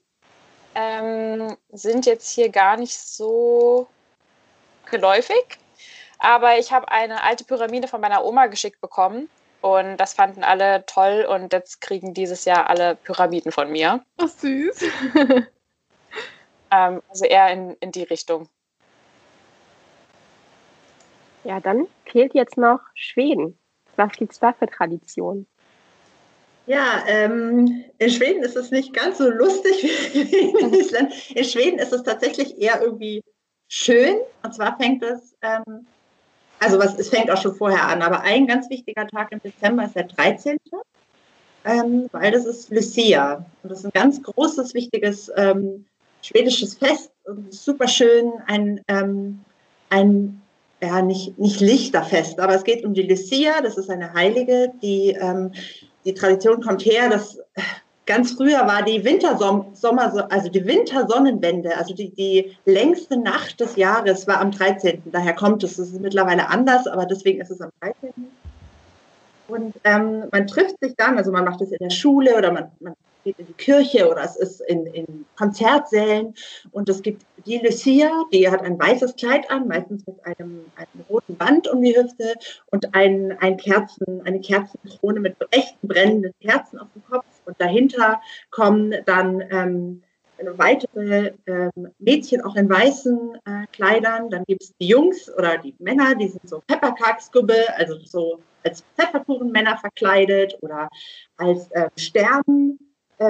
sind jetzt hier gar nicht so geläufig. Aber ich habe eine alte Pyramide von meiner Oma geschickt bekommen. Und das fanden alle toll. Und jetzt kriegen dieses Jahr alle Pyramiden von mir. Ach, süß. Also eher in die Richtung. Ja, dann fehlt jetzt noch Schweden. Was gibt es da für Traditionen? Ja, in Schweden ist es nicht ganz so lustig wie in Island. In Schweden ist es tatsächlich eher irgendwie schön. Und zwar fängt es, es fängt auch schon vorher an, aber ein ganz wichtiger Tag im Dezember ist der 13., weil das ist Lucia. Und das ist ein ganz großes, wichtiges schwedisches Fest. Und super schön, nicht Lichterfest, aber es geht um die Lucia. Das ist eine Heilige, die Tradition kommt her, dass ganz früher war die die Wintersonnenwende, also die längste Nacht des Jahres war am 13. Daher kommt es. Es ist mittlerweile anders, aber deswegen ist es am 13. Und man trifft sich dann, also man macht es in der Schule oder man geht in die Kirche oder es ist in Konzertsälen und es gibt die Lucia, die hat ein weißes Kleid an, meistens mit einem roten Band um die Hüfte und eine Kerzenkrone mit echten brennenden Kerzen auf dem Kopf und dahinter kommen dann weitere Mädchen auch in weißen Kleidern, dann gibt es die Jungs oder die Männer, die sind so Pepperkaksgubbe, also so als Pfefferkuchenmänner verkleidet oder als Sternbringer,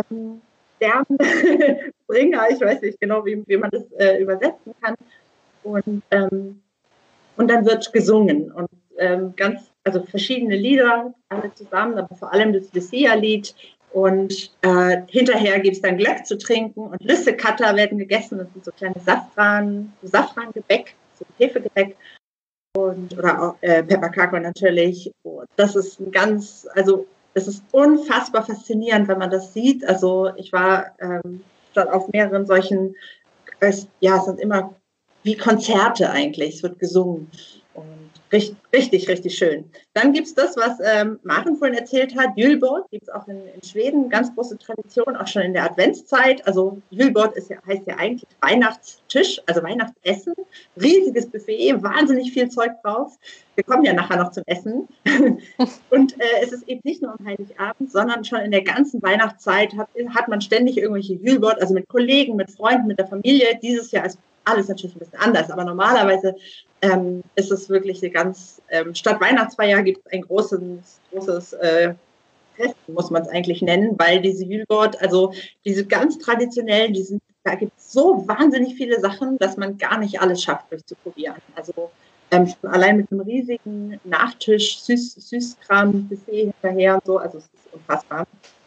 ich weiß nicht genau, wie man das übersetzen kann. Und dann wird gesungen und also verschiedene Lieder, alle zusammen, aber vor allem das Lucia-Lied. Und hinterher gibt es dann Glögg zu trinken und Lüssekatter werden gegessen. Das sind so kleine Safrangebäck, so Hefegebäck oder auch Pepperkakor natürlich. Und das ist es ist unfassbar faszinierend, wenn man das sieht. Also ich war schon auf mehreren solchen, es sind immer wie Konzerte eigentlich, es wird gesungen. Und richtig, richtig schön. Dann gibt es das, was Maren vorhin erzählt hat, Julbord, gibt es auch in Schweden, ganz große Tradition, auch schon in der Adventszeit. Also Julbord heißt ja eigentlich Weihnachtstisch, also Weihnachtsessen, riesiges Buffet, wahnsinnig viel Zeug drauf. Wir kommen ja nachher noch zum Essen. Und es ist eben nicht nur am Heiligabend, sondern schon in der ganzen Weihnachtszeit hat man ständig irgendwelche Julbord, also mit Kollegen, mit Freunden, mit der Familie. Dieses Jahr ist alles natürlich ein bisschen anders, aber normalerweise ist es wirklich eine ganz, statt Weihnachtsfeier gibt es ein großes Fest, muss man es eigentlich nennen, weil diese Julbord, also diese ganz traditionellen, da gibt es so wahnsinnig viele Sachen, dass man gar nicht alles schafft, durchzuprobieren. Also allein mit einem riesigen Nachtisch, Süßkram-Buffet hinterher und so, also es ist unfassbar.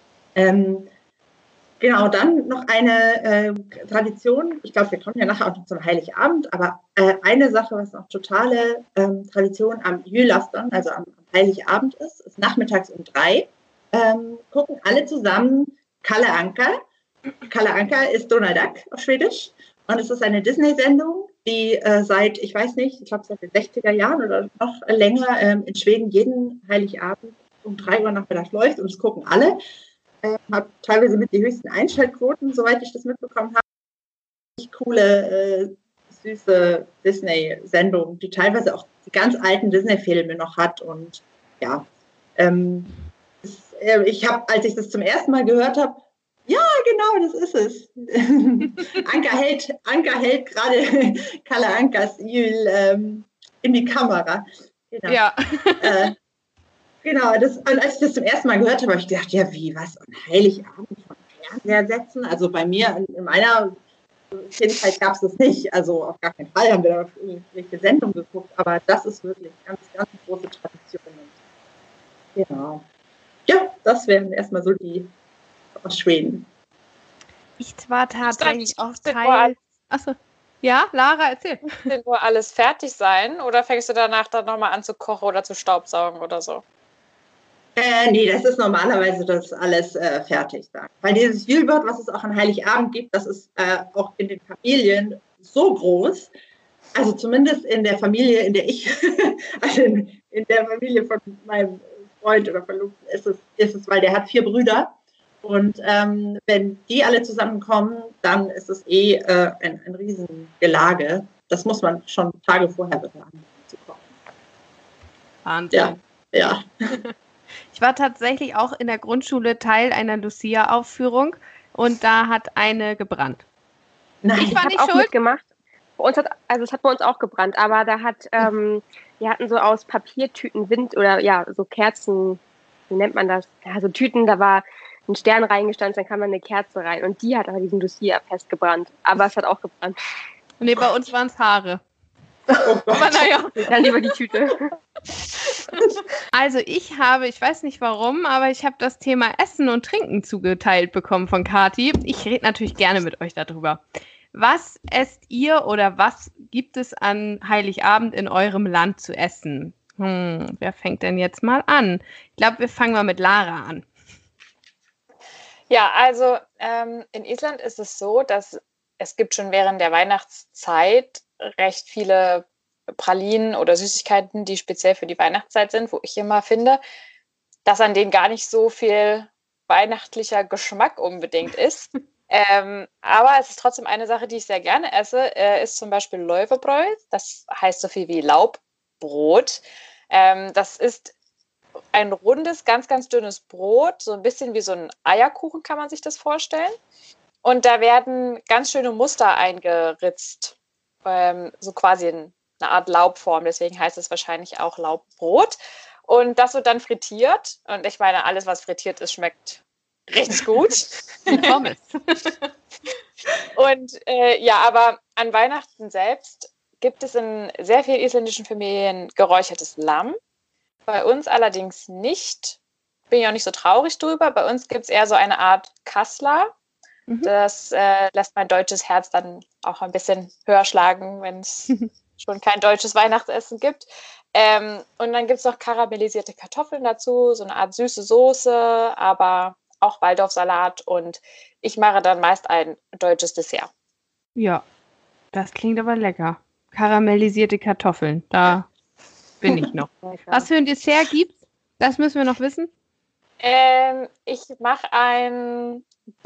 Genau, dann noch eine Tradition, ich glaube, wir kommen ja nachher auch noch zum Heiligabend, aber eine Sache, was noch totale Tradition am Julafton, also am Heiligabend ist nachmittags um 3, gucken alle zusammen Kalle Anka. Kalle Anka ist Donald Duck auf Schwedisch und es ist eine Disney-Sendung, die seit, ich weiß nicht, ich glaube seit den 60er Jahren oder noch länger in Schweden jeden Heiligabend um 3 Uhr nachmittags läuft und es gucken alle. Hat teilweise mit die höchsten Einschaltquoten, soweit ich das mitbekommen habe. Coole, süße Disney-Sendung, die teilweise auch die ganz alten Disney-Filme noch hat. Und ja, ich habe, als ich das zum ersten Mal gehört habe, ja, genau, das ist es. Anka hält gerade Kalle Ankas Jül in die Kamera. Genau. Ja. Genau, und als ich das zum ersten Mal gehört habe, habe ich gedacht, ja, wie, was, am Heiligabend vom Fernseher setzen? Also bei mir, in meiner Kindheit gab es das nicht. Also auf gar keinen Fall haben wir da irgendwelche Sendungen geguckt, aber das ist wirklich ganz, ganz große Tradition. Genau. Ja, das wären erstmal so die aus Schweden. Ich war tatsächlich auch Teil... Achso. Ja, Lara, erzähl. Muss nur alles fertig sein oder fängst du danach dann nochmal an zu kochen oder zu staubsaugen oder so? Nee, das ist normalerweise das alles fertig dann. Weil dieses Julbord, was es auch an Heiligabend gibt, das ist auch in den Familien so groß. Also zumindest in der Familie, in der ich, also in der Familie von meinem Freund oder Verlobten ist es, weil der hat 4 Brüder. Und wenn die alle zusammenkommen, dann ist es ein Riesengelage. Das muss man schon Tage vorher bewerben, zu kochen. Wahnsinn. Ja. Ich war tatsächlich auch in der Grundschule Teil einer Lucia-Aufführung und da hat eine gebrannt. Nein, ich war nicht schuld. Mitgemacht. Es hat bei uns auch gebrannt, aber da wir hatten so aus Papiertüten so Kerzen, wie nennt man das? Ja, so Tüten, da war ein Stern reingestanzt, dann kam da eine Kerze rein und die hat aber diesen Lucia festgebrannt, aber es hat auch gebrannt. Nee, bei uns waren es Haare. Oh Gott. Aber naja. Dann lieber die Tüte. Also ich weiß nicht warum, aber ich habe das Thema Essen und Trinken zugeteilt bekommen von Kathi. Ich rede natürlich gerne mit euch darüber. Was esst ihr oder was gibt es an Heiligabend in eurem Land zu essen? Wer fängt denn jetzt mal an? Ich glaube, wir fangen mal mit Lara an. Ja, also in Island ist es so, dass es gibt schon während der Weihnachtszeit recht viele Pralinen oder Süßigkeiten, die speziell für die Weihnachtszeit sind, wo ich immer finde, dass an denen gar nicht so viel weihnachtlicher Geschmack unbedingt ist. Aber es ist trotzdem eine Sache, die ich sehr gerne esse, ist zum Beispiel Laufabrauð. Das heißt so viel wie Laubbrot. Das ist ein rundes, ganz, ganz dünnes Brot, so ein bisschen wie so ein Eierkuchen kann man sich das vorstellen. Und da werden ganz schöne Muster eingeritzt, so quasi in eine Art Laubform, deswegen heißt es wahrscheinlich auch Laubbrot. Und das wird dann frittiert. Und ich meine, alles, was frittiert ist, schmeckt richtig gut. Wie Pommes. Und aber an Weihnachten selbst gibt es in sehr vielen isländischen Familien geräuchertes Lamm. Bei uns allerdings nicht. Bin ich auch nicht so traurig drüber. Bei uns gibt es eher so eine Art Kassler. Das lässt mein deutsches Herz dann auch ein bisschen höher schlagen, wenn es schon kein deutsches Weihnachtsessen gibt. Und dann gibt es noch karamellisierte Kartoffeln dazu, so eine Art süße Soße, aber auch Waldorfsalat. Und ich mache dann meist ein deutsches Dessert. Ja, das klingt aber lecker. Karamellisierte Kartoffeln, da bin ich noch. Was für ein Dessert gibt's? Das müssen wir noch wissen. Ich mache ein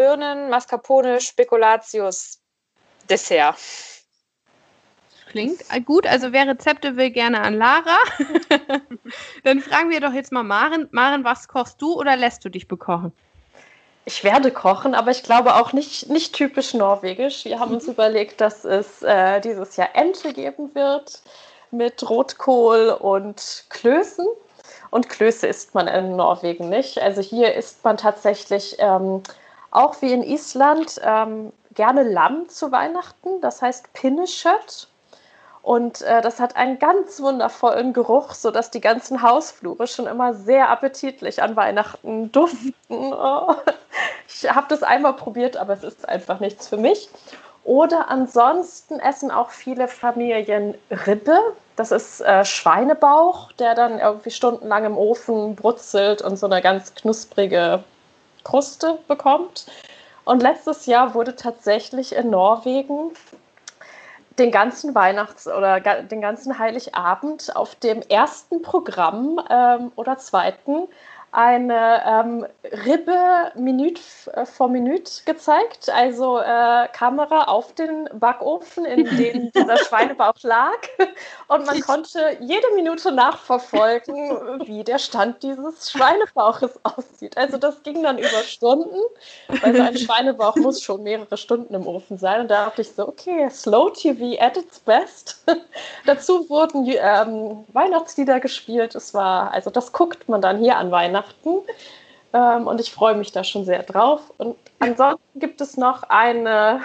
Birnen-Mascarpone-Spekulatius-Dessert. Klingt gut, also wer Rezepte will, gerne an Lara. Dann fragen wir doch jetzt mal Maren. Maren, was kochst du oder lässt du dich bekochen? Ich werde kochen, aber ich glaube auch nicht typisch norwegisch. Wir haben uns überlegt, dass es dieses Jahr Ente geben wird mit Rotkohl und Klößen. Und Klöße isst man in Norwegen nicht. Also hier isst man tatsächlich auch wie in Island gerne Lamm zu Weihnachten. Das heißt Pinnekjøtt. Und das hat einen ganz wundervollen Geruch, sodass die ganzen Hausflure schon immer sehr appetitlich an Weihnachten duften. Oh. Ich habe das einmal probiert, aber es ist einfach nichts für mich. Oder ansonsten essen auch viele Familien Ribbe. Das ist Schweinebauch, der dann irgendwie stundenlang im Ofen brutzelt und so eine ganz knusprige Kruste bekommt. Und letztes Jahr wurde tatsächlich in Norwegen den ganzen den ganzen Heiligabend auf dem ersten Programm oder zweiten eine Ribbe Minute vor Minute gezeigt, also Kamera auf den Backofen, in dem dieser Schweinebauch lag, und man konnte jede Minute nachverfolgen, wie der Stand dieses Schweinebauches aussieht. Also das ging dann über Stunden, weil so ein Schweinebauch muss schon mehrere Stunden im Ofen sein, und da dachte ich so, okay, Slow TV at its best. Dazu wurden Weihnachtslieder gespielt. Also das guckt man dann hier an Weihnachten. Und ich freue mich da schon sehr drauf. Und ansonsten gibt es noch eine,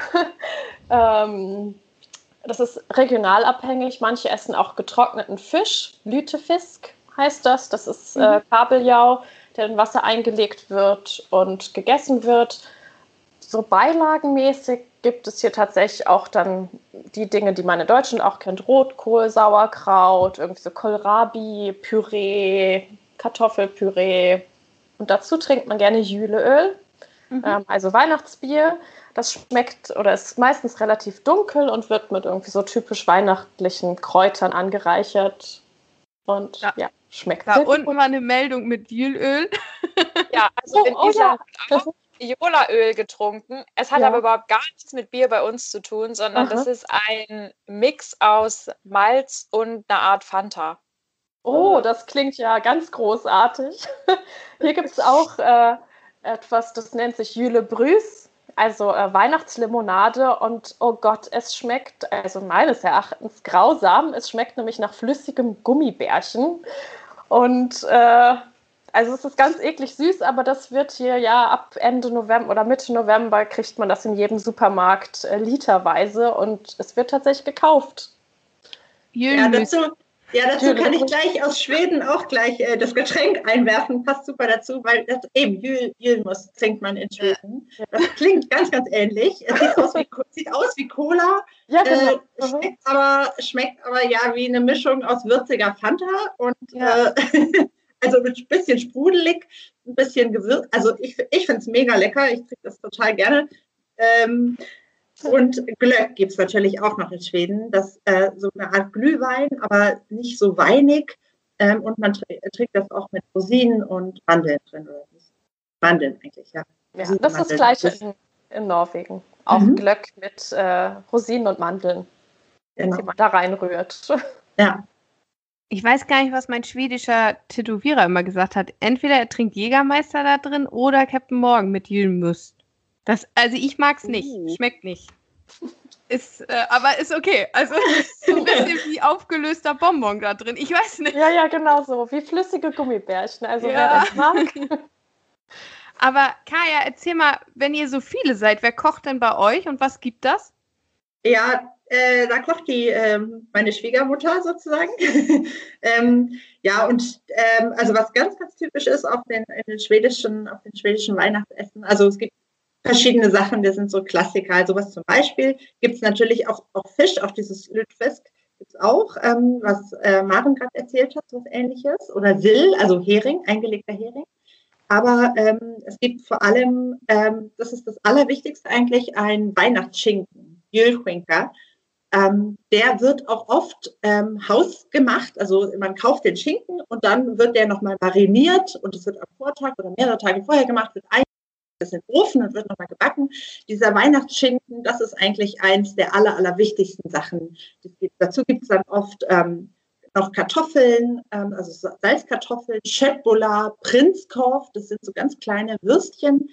das ist regional abhängig. Manche essen auch getrockneten Fisch. Lytefisk heißt das. Das ist Kabeljau, der in Wasser eingelegt wird und gegessen wird. So beilagenmäßig gibt es hier tatsächlich auch dann die Dinge, die man in Deutschland auch kennt. Rotkohl, Sauerkraut, irgendwie so Kohlrabi, Püree, Kartoffelpüree. Und dazu trinkt man gerne Jüleöl, also Weihnachtsbier. Das schmeckt oder ist meistens relativ dunkel und wird mit irgendwie so typisch weihnachtlichen Kräutern angereichert. Und ja schmeckt da sehr unten gut. war eine Meldung mit Jüleöl. Ja, also in Island auch Iolaöl getrunken. Es hat aber überhaupt gar nichts mit Bier bei uns zu tun, sondern das ist ein Mix aus Malz und einer Art Fanta. Oh, das klingt ja ganz großartig. Hier gibt es auch etwas, das nennt sich Jule Brüs, also Weihnachtslimonade. Und oh Gott, es schmeckt, also meines Erachtens, grausam. Es schmeckt nämlich nach flüssigem Gummibärchen. Und also es ist ganz eklig süß, aber das wird hier ja ab Ende November oder Mitte November kriegt man das in jedem Supermarkt literweise, und es wird tatsächlich gekauft. Dazu kann ich gleich aus Schweden auch gleich das Getränk einwerfen. Passt super dazu, weil das eben Julmus trinkt man in Schweden. Das klingt ganz, ganz ähnlich. Es sieht aus wie Cola, Ja, genau. schmeckt aber ja wie eine Mischung aus würziger Fanta und also ein bisschen sprudelig, ein bisschen Gewürz. Also ich finde es mega lecker. Ich trinke das total gerne. Und Glögg gibt es natürlich auch noch in Schweden. Das so eine Art Glühwein, aber nicht so weinig. Und man trinkt das auch mit Rosinen und Mandeln drin. Mandeln eigentlich, ja. Ja, das ist das Gleiche in Norwegen. Auch Glögg mit Rosinen und Mandeln, die man da reinrührt. Ja. Ich weiß gar nicht, was mein schwedischer Tätowierer immer gesagt hat. Entweder er trinkt Jägermeister da drin oder Captain Morgan mit Julmust. Also ich mag es nicht. Schmeckt nicht. Aber ist okay. Also ist so ein bisschen wie aufgelöster Bonbon da drin. Ich weiß nicht. Ja, genau so. Wie flüssige Gummibärchen. Also wer das mag. Aber Kaya, erzähl mal, wenn ihr so viele seid, wer kocht denn bei euch und was gibt das? Ja, da kocht meine Schwiegermutter sozusagen. Also was ganz, ganz typisch ist auf den schwedischen Weihnachtsessen. Also es gibt verschiedene Sachen, das sind so Klassiker. Also was zum Beispiel gibt es natürlich auch Fisch, auch dieses Lütfisk gibt es auch, was Maren gerade erzählt hat, was Ähnliches. Oder Sill, also Hering, eingelegter Hering. Aber es gibt vor allem, das ist das Allerwichtigste eigentlich, ein Weihnachtsschinken, Julschinker. Der wird auch oft hausgemacht, also man kauft den Schinken und dann wird der nochmal mariniert und es wird am Vortag oder mehrere Tage vorher gemacht, wird in den Ofen und wird nochmal gebacken. Dieser Weihnachtsschinken, das ist eigentlich eins der allerwichtigsten Sachen. Dazu gibt es dann oft noch Kartoffeln, also Salzkartoffeln, Schöttbullar, Prinzkorf, das sind so ganz kleine Würstchen.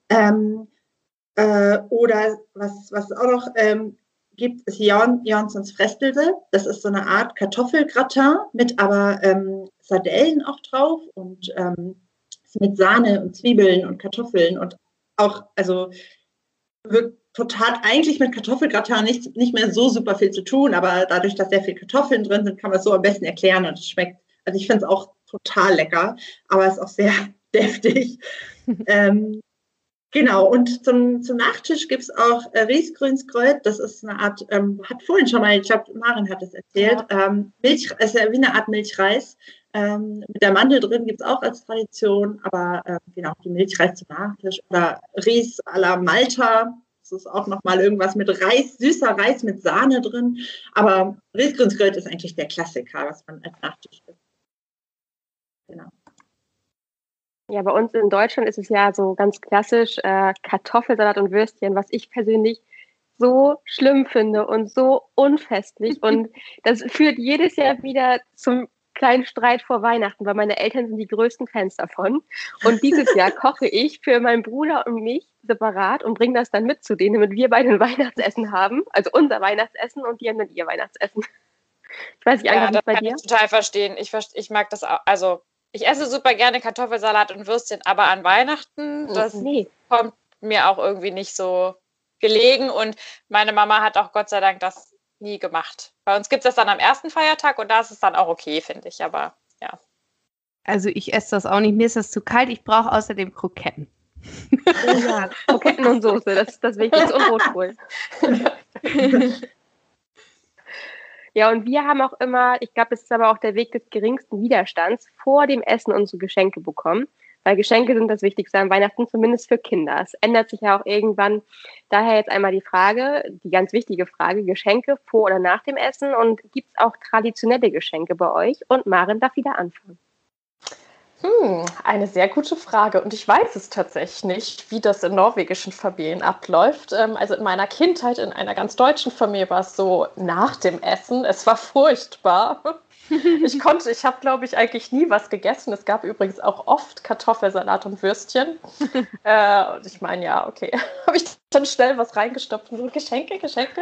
Oder was auch noch gibt, ist Janssons Frestelse. Das ist so eine Art Kartoffelgratin mit aber Sardellen auch drauf und mit Sahne und Zwiebeln und Kartoffeln und auch, also total eigentlich mit Kartoffelgratin nicht mehr so super viel zu tun, aber dadurch, dass sehr viel Kartoffeln drin sind, kann man es so am besten erklären und es schmeckt, also ich finde es auch total lecker, aber es ist auch sehr deftig. Genau, und zum Nachtisch gibt es auch Riesgrünsgröt, das ist eine Art, hat vorhin schon mal, ich glaube, Maren hat es erzählt, Milch, ist ja wie eine Art Milchreis. Mit der Mandel drin gibt es auch als Tradition, aber genau, die Milchreis zum Nachtisch oder Ries à la Malta, das ist auch nochmal irgendwas mit Reis, süßer Reis mit Sahne drin, aber Riesgrünsgröt ist eigentlich der Klassiker, was man als Nachtisch isst. Genau. Ja, bei uns in Deutschland ist es ja so ganz klassisch Kartoffelsalat und Würstchen, was ich persönlich so schlimm finde und so unfestlich. Und das führt jedes Jahr wieder zum kleinen Streit vor Weihnachten, weil meine Eltern sind die größten Fans davon. Und dieses Jahr koche ich für meinen Bruder und mich separat und bringe das dann mit zu denen, damit wir beide ein Weihnachtsessen haben. Also unser Weihnachtsessen und die haben dann ihr Weihnachtsessen. Ich weiß nicht, Anka, wie es bei dir? Das kann ich total verstehen. Ich mag das auch, also ich esse super gerne Kartoffelsalat und Würstchen, aber an Weihnachten, das kommt mir auch irgendwie nicht so gelegen. Und meine Mama hat auch Gott sei Dank das nie gemacht. Bei uns gibt es das dann am ersten Feiertag und da ist es dann auch okay, finde ich. Aber ja. Also ich esse das auch nicht. Mir ist das zu kalt. Ich brauche außerdem Kroketten. Ja, Kroketten und Soße, das ist das Wichtigste und Rotkohl. Ja, und wir haben auch immer, ich glaube, es ist aber auch der Weg des geringsten Widerstands, vor dem Essen unsere Geschenke bekommen. Weil Geschenke sind das Wichtigste an Weihnachten, zumindest für Kinder. Es ändert sich ja auch irgendwann. Daher jetzt einmal die Frage, die ganz wichtige Frage, Geschenke vor oder nach dem Essen? Und gibt es auch traditionelle Geschenke bei euch? Und Maren darf wieder anfangen. Eine sehr gute Frage und ich weiß es tatsächlich nicht, wie das in norwegischen Familien abläuft. Also in meiner Kindheit in einer ganz deutschen Familie war es so nach dem Essen. Es war furchtbar. Ich habe, glaube ich, eigentlich nie was gegessen. Es gab übrigens auch oft Kartoffelsalat und Würstchen. Und ich meine, ja, okay, habe ich dann schnell was reingestopft und so Geschenke.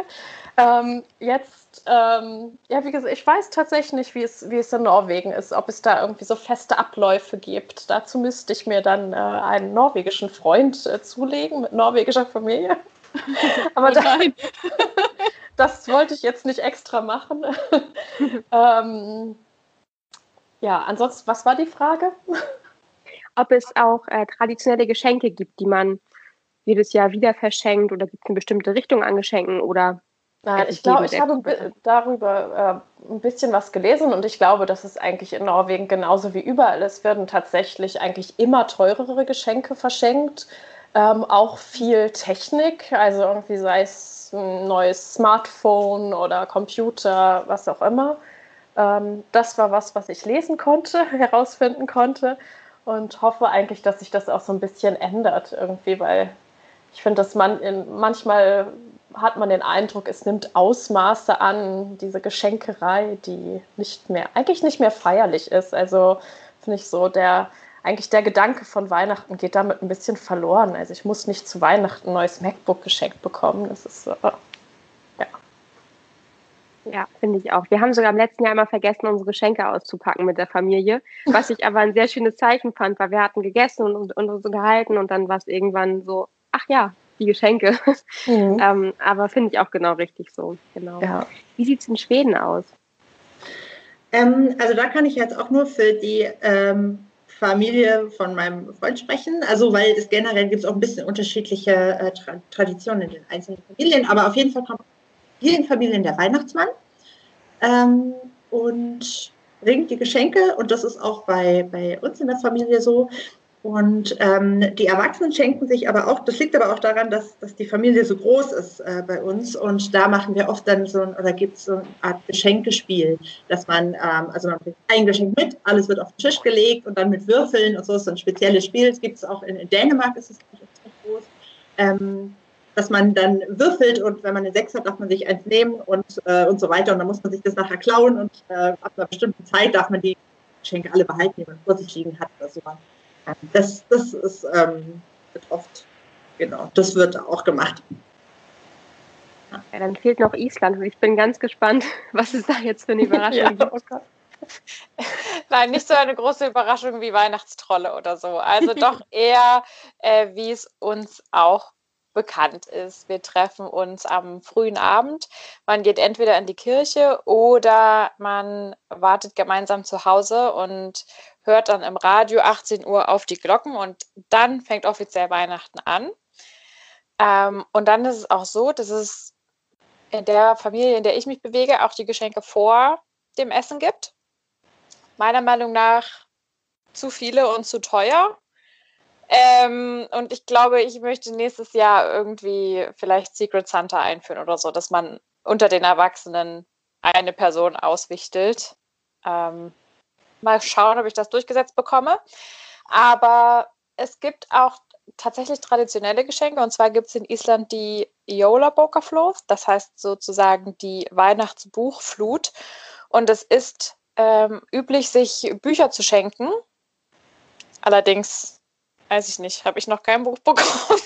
Ja, wie gesagt, ich weiß tatsächlich nicht, wie es in Norwegen ist, ob es da irgendwie so feste Abläufe gibt. Dazu müsste ich mir dann einen norwegischen Freund zulegen mit norwegischer Familie. Aber das wollte ich jetzt nicht extra machen. Ja, ansonsten, was war die Frage? Ob es auch traditionelle Geschenke gibt, die man jedes Jahr wieder verschenkt oder gibt es eine bestimmte Richtung an Geschenken oder... Ich glaube, ich habe darüber ein bisschen was gelesen und ich glaube, dass es eigentlich in Norwegen genauso wie überall ist, werden tatsächlich eigentlich immer teurere Geschenke verschenkt. Auch viel Technik, also irgendwie sei es ein neues Smartphone oder Computer, was auch immer. Das war was ich lesen konnte, herausfinden konnte und hoffe eigentlich, dass sich das auch so ein bisschen ändert irgendwie, weil ich finde, dass manchmal hat man den Eindruck, es nimmt Ausmaße an, diese Geschenkerei, die eigentlich nicht mehr feierlich ist. Also finde ich so, eigentlich der Gedanke von Weihnachten geht damit ein bisschen verloren. Also ich muss nicht zu Weihnachten ein neues MacBook geschenkt bekommen. Das ist so, ja. Ja, finde ich auch. Wir haben sogar im letzten Jahr einmal vergessen, unsere Geschenke auszupacken mit der Familie, was ich aber ein sehr schönes Zeichen fand, weil wir hatten gegessen und uns so gehalten und dann war es irgendwann so, ach ja, die Geschenke. Aber finde ich auch genau richtig so. Genau. Ja. Wie sieht es in Schweden aus? Also da kann ich jetzt auch nur für die Familie von meinem Freund sprechen. Also weil es generell gibt es auch ein bisschen unterschiedliche Traditionen in den einzelnen Familien. Aber auf jeden Fall kommt in vielen Familien der Weihnachtsmann. und bringt die Geschenke. Und das ist auch bei uns in der Familie so. Und die Erwachsenen schenken sich aber auch, das liegt aber auch daran, dass die Familie so groß ist bei uns. Und da machen wir oft dann gibt es so eine Art Geschenkespiel, dass man bringt ein Geschenk mit, alles wird auf den Tisch gelegt und dann mit Würfeln und so ist so ein spezielles Spiel. Das gibt es auch in Dänemark, ist es nicht groß. Dass man dann würfelt und wenn man eine 6 hat, darf man sich eins nehmen und so weiter. Und dann muss man sich das nachher klauen und ab einer bestimmten Zeit darf man die Geschenke alle behalten, die man vor sich liegen hat oder so. Das ist wird oft, genau, das wird auch gemacht. Ja, dann fehlt noch Island und ich bin ganz gespannt, was es da jetzt für eine Überraschung gibt. Oh Gott. Nein, nicht so eine große Überraschung wie Weihnachtstrolle oder so. Also doch eher, wie es uns auch bekannt ist. Wir treffen uns am frühen Abend. Man geht entweder in die Kirche oder man wartet gemeinsam zu Hause und hört dann im Radio 18 Uhr auf die Glocken und dann fängt offiziell Weihnachten an. Und dann ist es auch so, dass es in der Familie, in der ich mich bewege, auch die Geschenke vor dem Essen gibt. Meiner Meinung nach zu viele und zu teuer. Und ich glaube, ich möchte nächstes Jahr irgendwie vielleicht Secret Santa einführen oder so, dass man unter den Erwachsenen eine Person auswichtelt. Mal schauen, ob ich das durchgesetzt bekomme. Aber es gibt auch tatsächlich traditionelle Geschenke. Und zwar gibt es in Island die Jólabókaflóð, das heißt sozusagen die Weihnachtsbuchflut. Und es ist üblich, sich Bücher zu schenken. Allerdings, weiß ich nicht, habe ich noch kein Buch bekommen.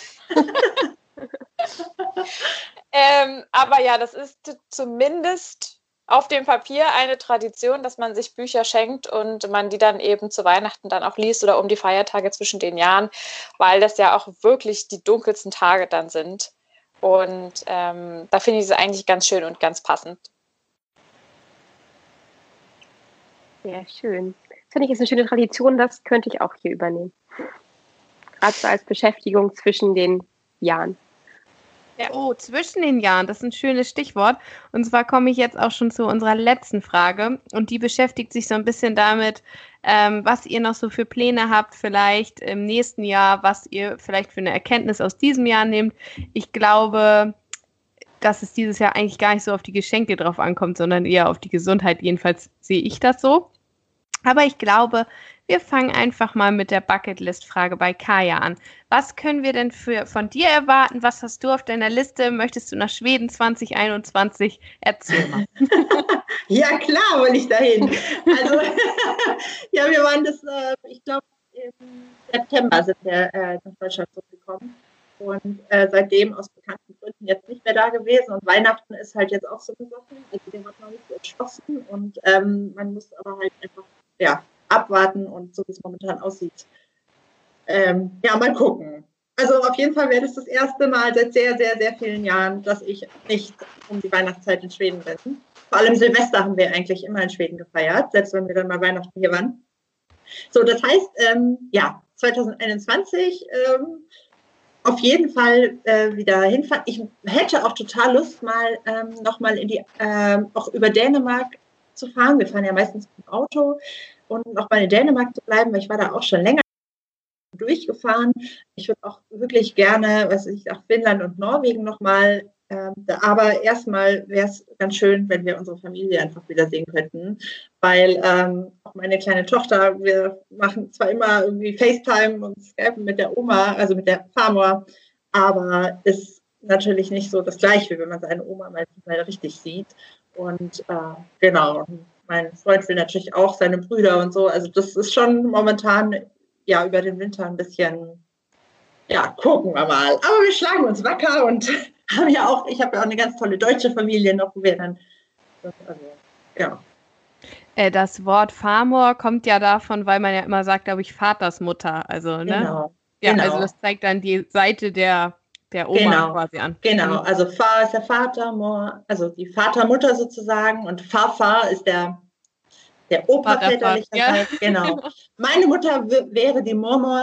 Aber ja, das ist zumindest auf dem Papier eine Tradition, dass man sich Bücher schenkt und man die dann eben zu Weihnachten dann auch liest oder um die Feiertage zwischen den Jahren, weil das ja auch wirklich die dunkelsten Tage dann sind. Und da finde ich es eigentlich ganz schön und ganz passend. Sehr schön. Das finde ich ist eine schöne Tradition, das könnte ich auch hier übernehmen. Gerade so als Beschäftigung zwischen den Jahren. Ja, oh, zwischen den Jahren, das ist ein schönes Stichwort. Und zwar komme ich jetzt auch schon zu unserer letzten Frage. Und die beschäftigt sich so ein bisschen damit, was ihr noch so für Pläne habt, vielleicht im nächsten Jahr, was ihr vielleicht für eine Erkenntnis aus diesem Jahr nehmt. Ich glaube, dass es dieses Jahr eigentlich gar nicht so auf die Geschenke drauf ankommt, sondern eher auf die Gesundheit. Jedenfalls sehe ich das so. Aber ich glaube, wir fangen einfach mal mit der Bucketlist-Frage bei Kaja an. Was können wir denn von dir erwarten? Was hast du auf deiner Liste? Möchtest du nach Schweden 2021 erzählen? Ja, klar, will ich dahin. Also, ja, wir waren ich glaube, im September sind wir nach Deutschland zurückgekommen. Und seitdem aus bekannten Gründen jetzt nicht mehr da gewesen. Und Weihnachten ist halt jetzt auch so eine Sache. Also den hat man nicht so entschlossen. Und man muss aber halt einfach abwarten und so wie es momentan aussieht. Mal gucken. Also auf jeden Fall wäre das erste Mal seit sehr, sehr, sehr vielen Jahren, dass ich nicht um die Weihnachtszeit in Schweden bin. Vor allem Silvester haben wir eigentlich immer in Schweden gefeiert, selbst wenn wir dann mal Weihnachten hier waren. So, das heißt, 2021 auf jeden Fall wieder hinfahren. Ich hätte auch total Lust, mal nochmal auch über Dänemark zu fahren. Wir fahren ja meistens mit dem Auto und nochmal in Dänemark zu bleiben, weil ich war da auch schon länger durchgefahren. Ich würde auch wirklich gerne, nach Finnland und Norwegen nochmal, aber erstmal wäre es ganz schön, wenn wir unsere Familie einfach wiedersehen könnten, weil auch meine kleine Tochter, wir machen zwar immer irgendwie FaceTime und Skypen mit der Oma, also mit der Farmer, aber ist natürlich nicht so das Gleiche, wie wenn man seine Oma mal richtig sieht. Und genau, mein Freund will natürlich auch seine Brüder und so, also das ist schon momentan über den Winter ein bisschen, gucken wir mal. Aber wir schlagen uns wacker und ich habe ja auch eine ganz tolle deutsche Familie noch, wo wir dann, Das Wort Famor kommt ja davon, weil man ja immer sagt, glaube ich, Vatersmutter. Also, ne? Genau. Ja, genau. Also das zeigt dann die Seite der Oma quasi an. Genau, also Fa ist der Vater, Mor, also die Vatermutter sozusagen und Fafa ist der Opa väterlicherseits. Ja. Genau. Meine Mutter wäre die Mormor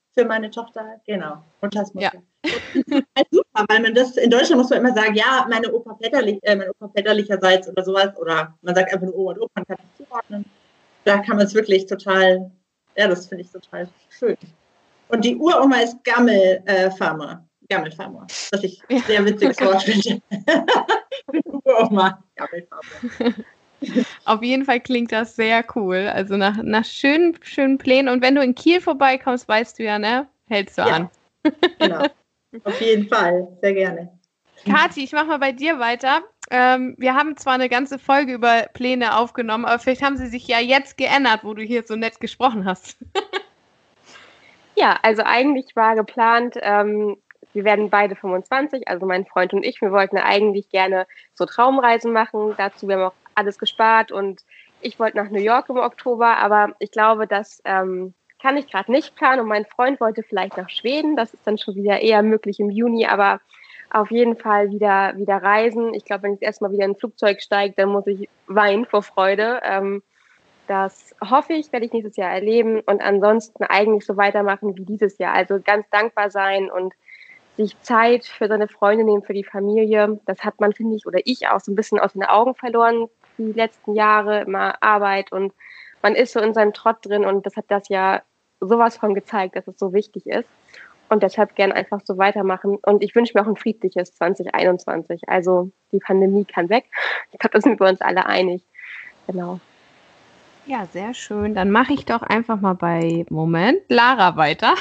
für meine Tochter. Genau. Und das muss halt super, weil man das, in Deutschland muss man immer sagen, ja, mein Opa väterlicherseits oder sowas, oder man sagt einfach nur Oma und Opa, man kann das zuordnen. Da kann man es wirklich total, ja, das finde ich total schön. Und die Uroma ist Gammelfarmer, was ich sehr witziges Wort finde. Uroma, Gammelfarmer. Auf jeden Fall klingt das sehr cool. Also nach schönen Plänen. Und wenn du in Kiel vorbeikommst, weißt du ja, ne? Hältst du an. Genau. Auf jeden Fall. Sehr gerne. Kathi, ich mache mal bei dir weiter. Wir haben zwar eine ganze Folge über Pläne aufgenommen, aber vielleicht haben sie sich ja jetzt geändert, wo du hier so nett gesprochen hast. Ja, also eigentlich war geplant, wir werden beide 25, also mein Freund und ich, wir wollten eigentlich gerne so Traumreisen machen. Dazu, wir haben auch alles gespart und ich wollte nach New York im Oktober, aber ich glaube, das kann ich gerade nicht planen und mein Freund wollte vielleicht nach Schweden. Das ist dann schon wieder eher möglich im Juni, aber auf jeden Fall wieder reisen. Ich glaube, wenn ich erstmal wieder in ein Flugzeug steige, dann muss ich weinen vor Freude. Das hoffe ich, werde ich nächstes Jahr erleben und ansonsten eigentlich so weitermachen wie dieses Jahr. Also ganz dankbar sein und sich Zeit für seine Freunde nehmen, für die Familie. Das hat man, finde ich, oder ich auch so ein bisschen aus den Augen verloren die letzten Jahre, immer Arbeit und man ist so in seinem Trott drin und das hat das Jahr sowas von gezeigt, dass es so wichtig ist und deshalb gern einfach so weitermachen und ich wünsche mir auch ein friedliches 2021. Also die Pandemie kann weg. Ich glaube, da sind wir uns alle einig. Genau. Ja, sehr schön. Dann mache ich doch einfach mal bei Lara weiter.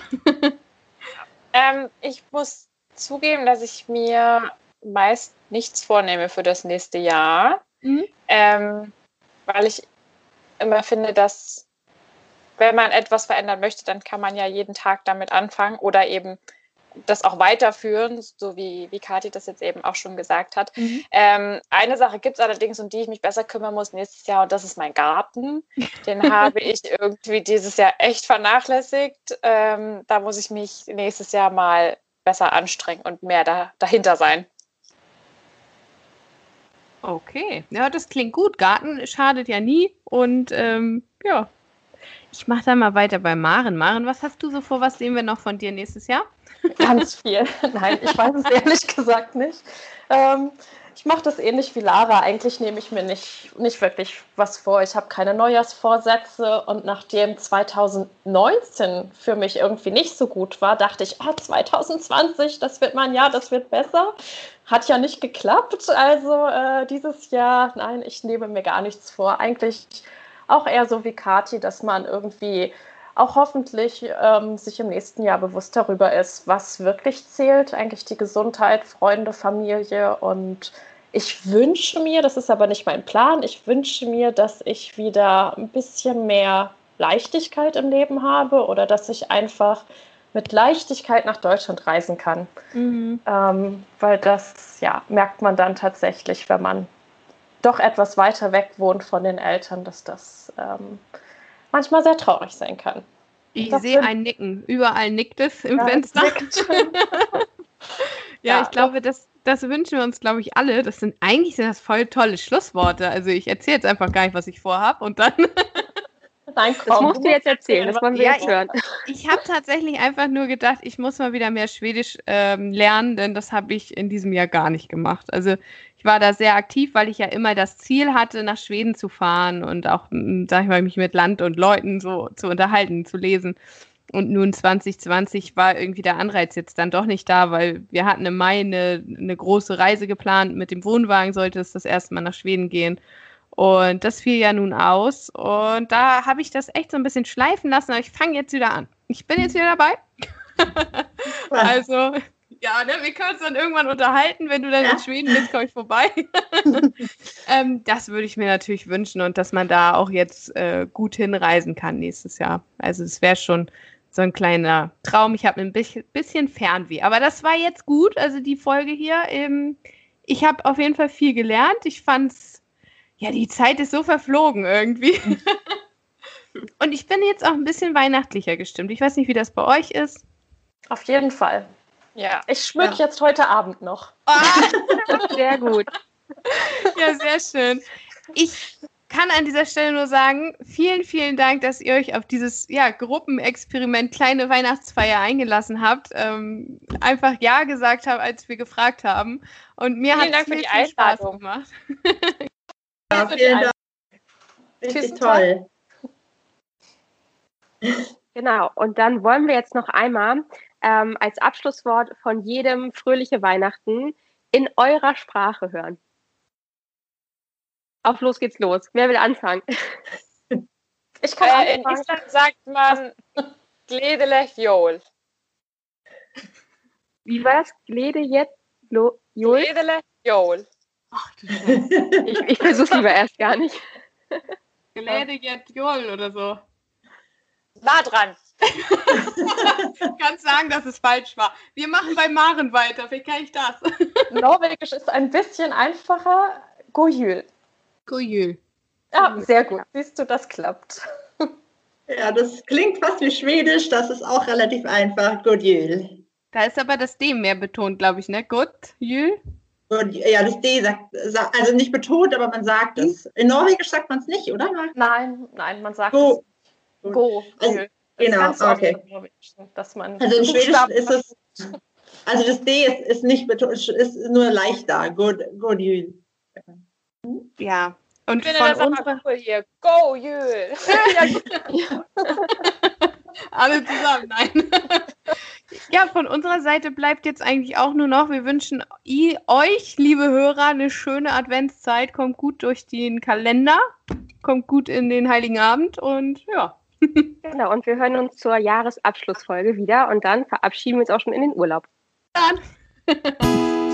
Ich muss zugeben, dass ich mir meist nichts vornehme für das nächste Jahr, weil ich immer finde, dass wenn man etwas verändern möchte, dann kann man ja jeden Tag damit anfangen oder eben das auch weiterführen, so wie Kathi das jetzt eben auch schon gesagt hat. Eine Sache gibt es allerdings, um die ich mich besser kümmern muss nächstes Jahr, und das ist mein Garten. Den habe ich irgendwie dieses Jahr echt vernachlässigt. Da muss ich mich nächstes Jahr mal besser anstrengen und mehr dahinter sein. Okay, ja, das klingt gut. Garten schadet ja nie und ja. Ich mache dann mal weiter bei Maren. Maren, was hast du so vor? Was sehen wir noch von dir nächstes Jahr? Ganz viel. Nein, ich weiß es ehrlich gesagt nicht. Ich mache das ähnlich wie Lara. Eigentlich nehme ich mir nicht wirklich was vor. Ich habe keine Neujahrsvorsätze und nachdem 2019 für mich irgendwie nicht so gut war, dachte ich, 2020, das wird mein Jahr, das wird besser. Hat ja nicht geklappt. Also dieses Jahr, nein, ich nehme mir gar nichts vor. Eigentlich auch eher so wie Kathi, dass man irgendwie auch hoffentlich sich im nächsten Jahr bewusst darüber ist, was wirklich zählt, eigentlich die Gesundheit, Freunde, Familie. Und ich wünsche mir, das ist aber nicht mein Plan, ich wünsche mir, dass ich wieder ein bisschen mehr Leichtigkeit im Leben habe oder dass ich einfach mit Leichtigkeit nach Deutschland reisen kann. Weil das merkt man dann tatsächlich, wenn man doch etwas weiter weg wohnt von den Eltern, dass das manchmal sehr traurig sein kann. Ich sehe ein Nicken. Überall nickt es im Fenster. Ja, ich glaube, das wünschen wir uns, glaube ich, alle. Eigentlich sind das voll tolle Schlussworte. Also ich erzähle jetzt einfach gar nicht, was ich vorhabe und dann... Nein, komm, das musst du jetzt erzählen, das wollen wir jetzt hören. Ich habe tatsächlich einfach nur gedacht, ich muss mal wieder mehr Schwedisch lernen, denn das habe ich in diesem Jahr gar nicht gemacht. Also ich war da sehr aktiv, weil ich ja immer das Ziel hatte, nach Schweden zu fahren und auch, sag ich mal, mich mit Land und Leuten so zu unterhalten, zu lesen. Und nun 2020 war irgendwie der Anreiz jetzt dann doch nicht da, weil wir hatten im Mai eine große Reise geplant. Mit dem Wohnwagen sollte es das erste Mal nach Schweden gehen. Und das fiel ja nun aus. Und da habe ich das echt so ein bisschen schleifen lassen, aber ich fange jetzt wieder an. Ich bin jetzt wieder dabei. Also, ja, ne, wir können uns dann irgendwann unterhalten. Wenn du dann in Schweden bist, komme ich vorbei. Das würde ich mir natürlich wünschen und dass man da auch jetzt gut hinreisen kann nächstes Jahr. Also es wäre schon so ein kleiner Traum. Ich habe ein bisschen Fernweh. Aber das war jetzt gut, also die Folge hier. Ich habe auf jeden Fall viel gelernt. Ich fand's, ja, die Zeit ist so verflogen irgendwie. Und ich bin jetzt auch ein bisschen weihnachtlicher gestimmt. Ich weiß nicht, wie das bei euch ist. Auf jeden Fall. Ja, ich schmücke jetzt heute Abend noch. Sehr gut. Ja, sehr schön. Ich kann an dieser Stelle nur sagen, vielen, vielen Dank, dass ihr euch auf dieses Gruppenexperiment kleine Weihnachtsfeier eingelassen habt. Einfach Ja gesagt habt, als wir gefragt haben. Und mir hat es viel Spaß gemacht. Ja, vielen Dank. Richtig toll. Genau, und dann wollen wir jetzt noch einmal als Abschlusswort von jedem fröhliche Weihnachten in eurer Sprache hören. Auf los geht's los. Wer will anfangen? Ich kann anfangen. In Island sagt man Gledelech Jól. Wie war das? Gledelech Jól? Gledelech Jól. Ach du Scheiße. Ich versuch's lieber erst gar nicht. Gledelech Jól oder so. Nah dran. Du kannst sagen, dass es falsch war. Wir machen bei Maren weiter. Wie kann ich das? Norwegisch ist ein bisschen einfacher. Gojül. Gojül. Ja, sehr gut. Siehst du, das klappt. Ja, das klingt fast wie Schwedisch. Das ist auch relativ einfach. Godjül. Da ist aber das D mehr betont, glaube ich, ne? Godjül? Ja, das D also nicht betont, aber man sagt es. In Norwegisch sagt man es nicht, oder? Nein, man sagt Go. es. Go. Also, genau, okay. Dass man also im Schwedischen ist es, also das D ist nicht betont, ist nur leicht da. Godjül. Ja. Und Ich finde von das unserer cool hier. Go, Jül! alle zusammen, nein. Ja, von unserer Seite bleibt jetzt eigentlich auch nur noch, wir wünschen euch, liebe Hörer, eine schöne Adventszeit. Kommt gut durch den Kalender, kommt gut in den Heiligen Abend und ja. Genau, und wir hören uns zur Jahresabschlussfolge wieder und dann verabschieden wir uns auch schon in den Urlaub. Dann.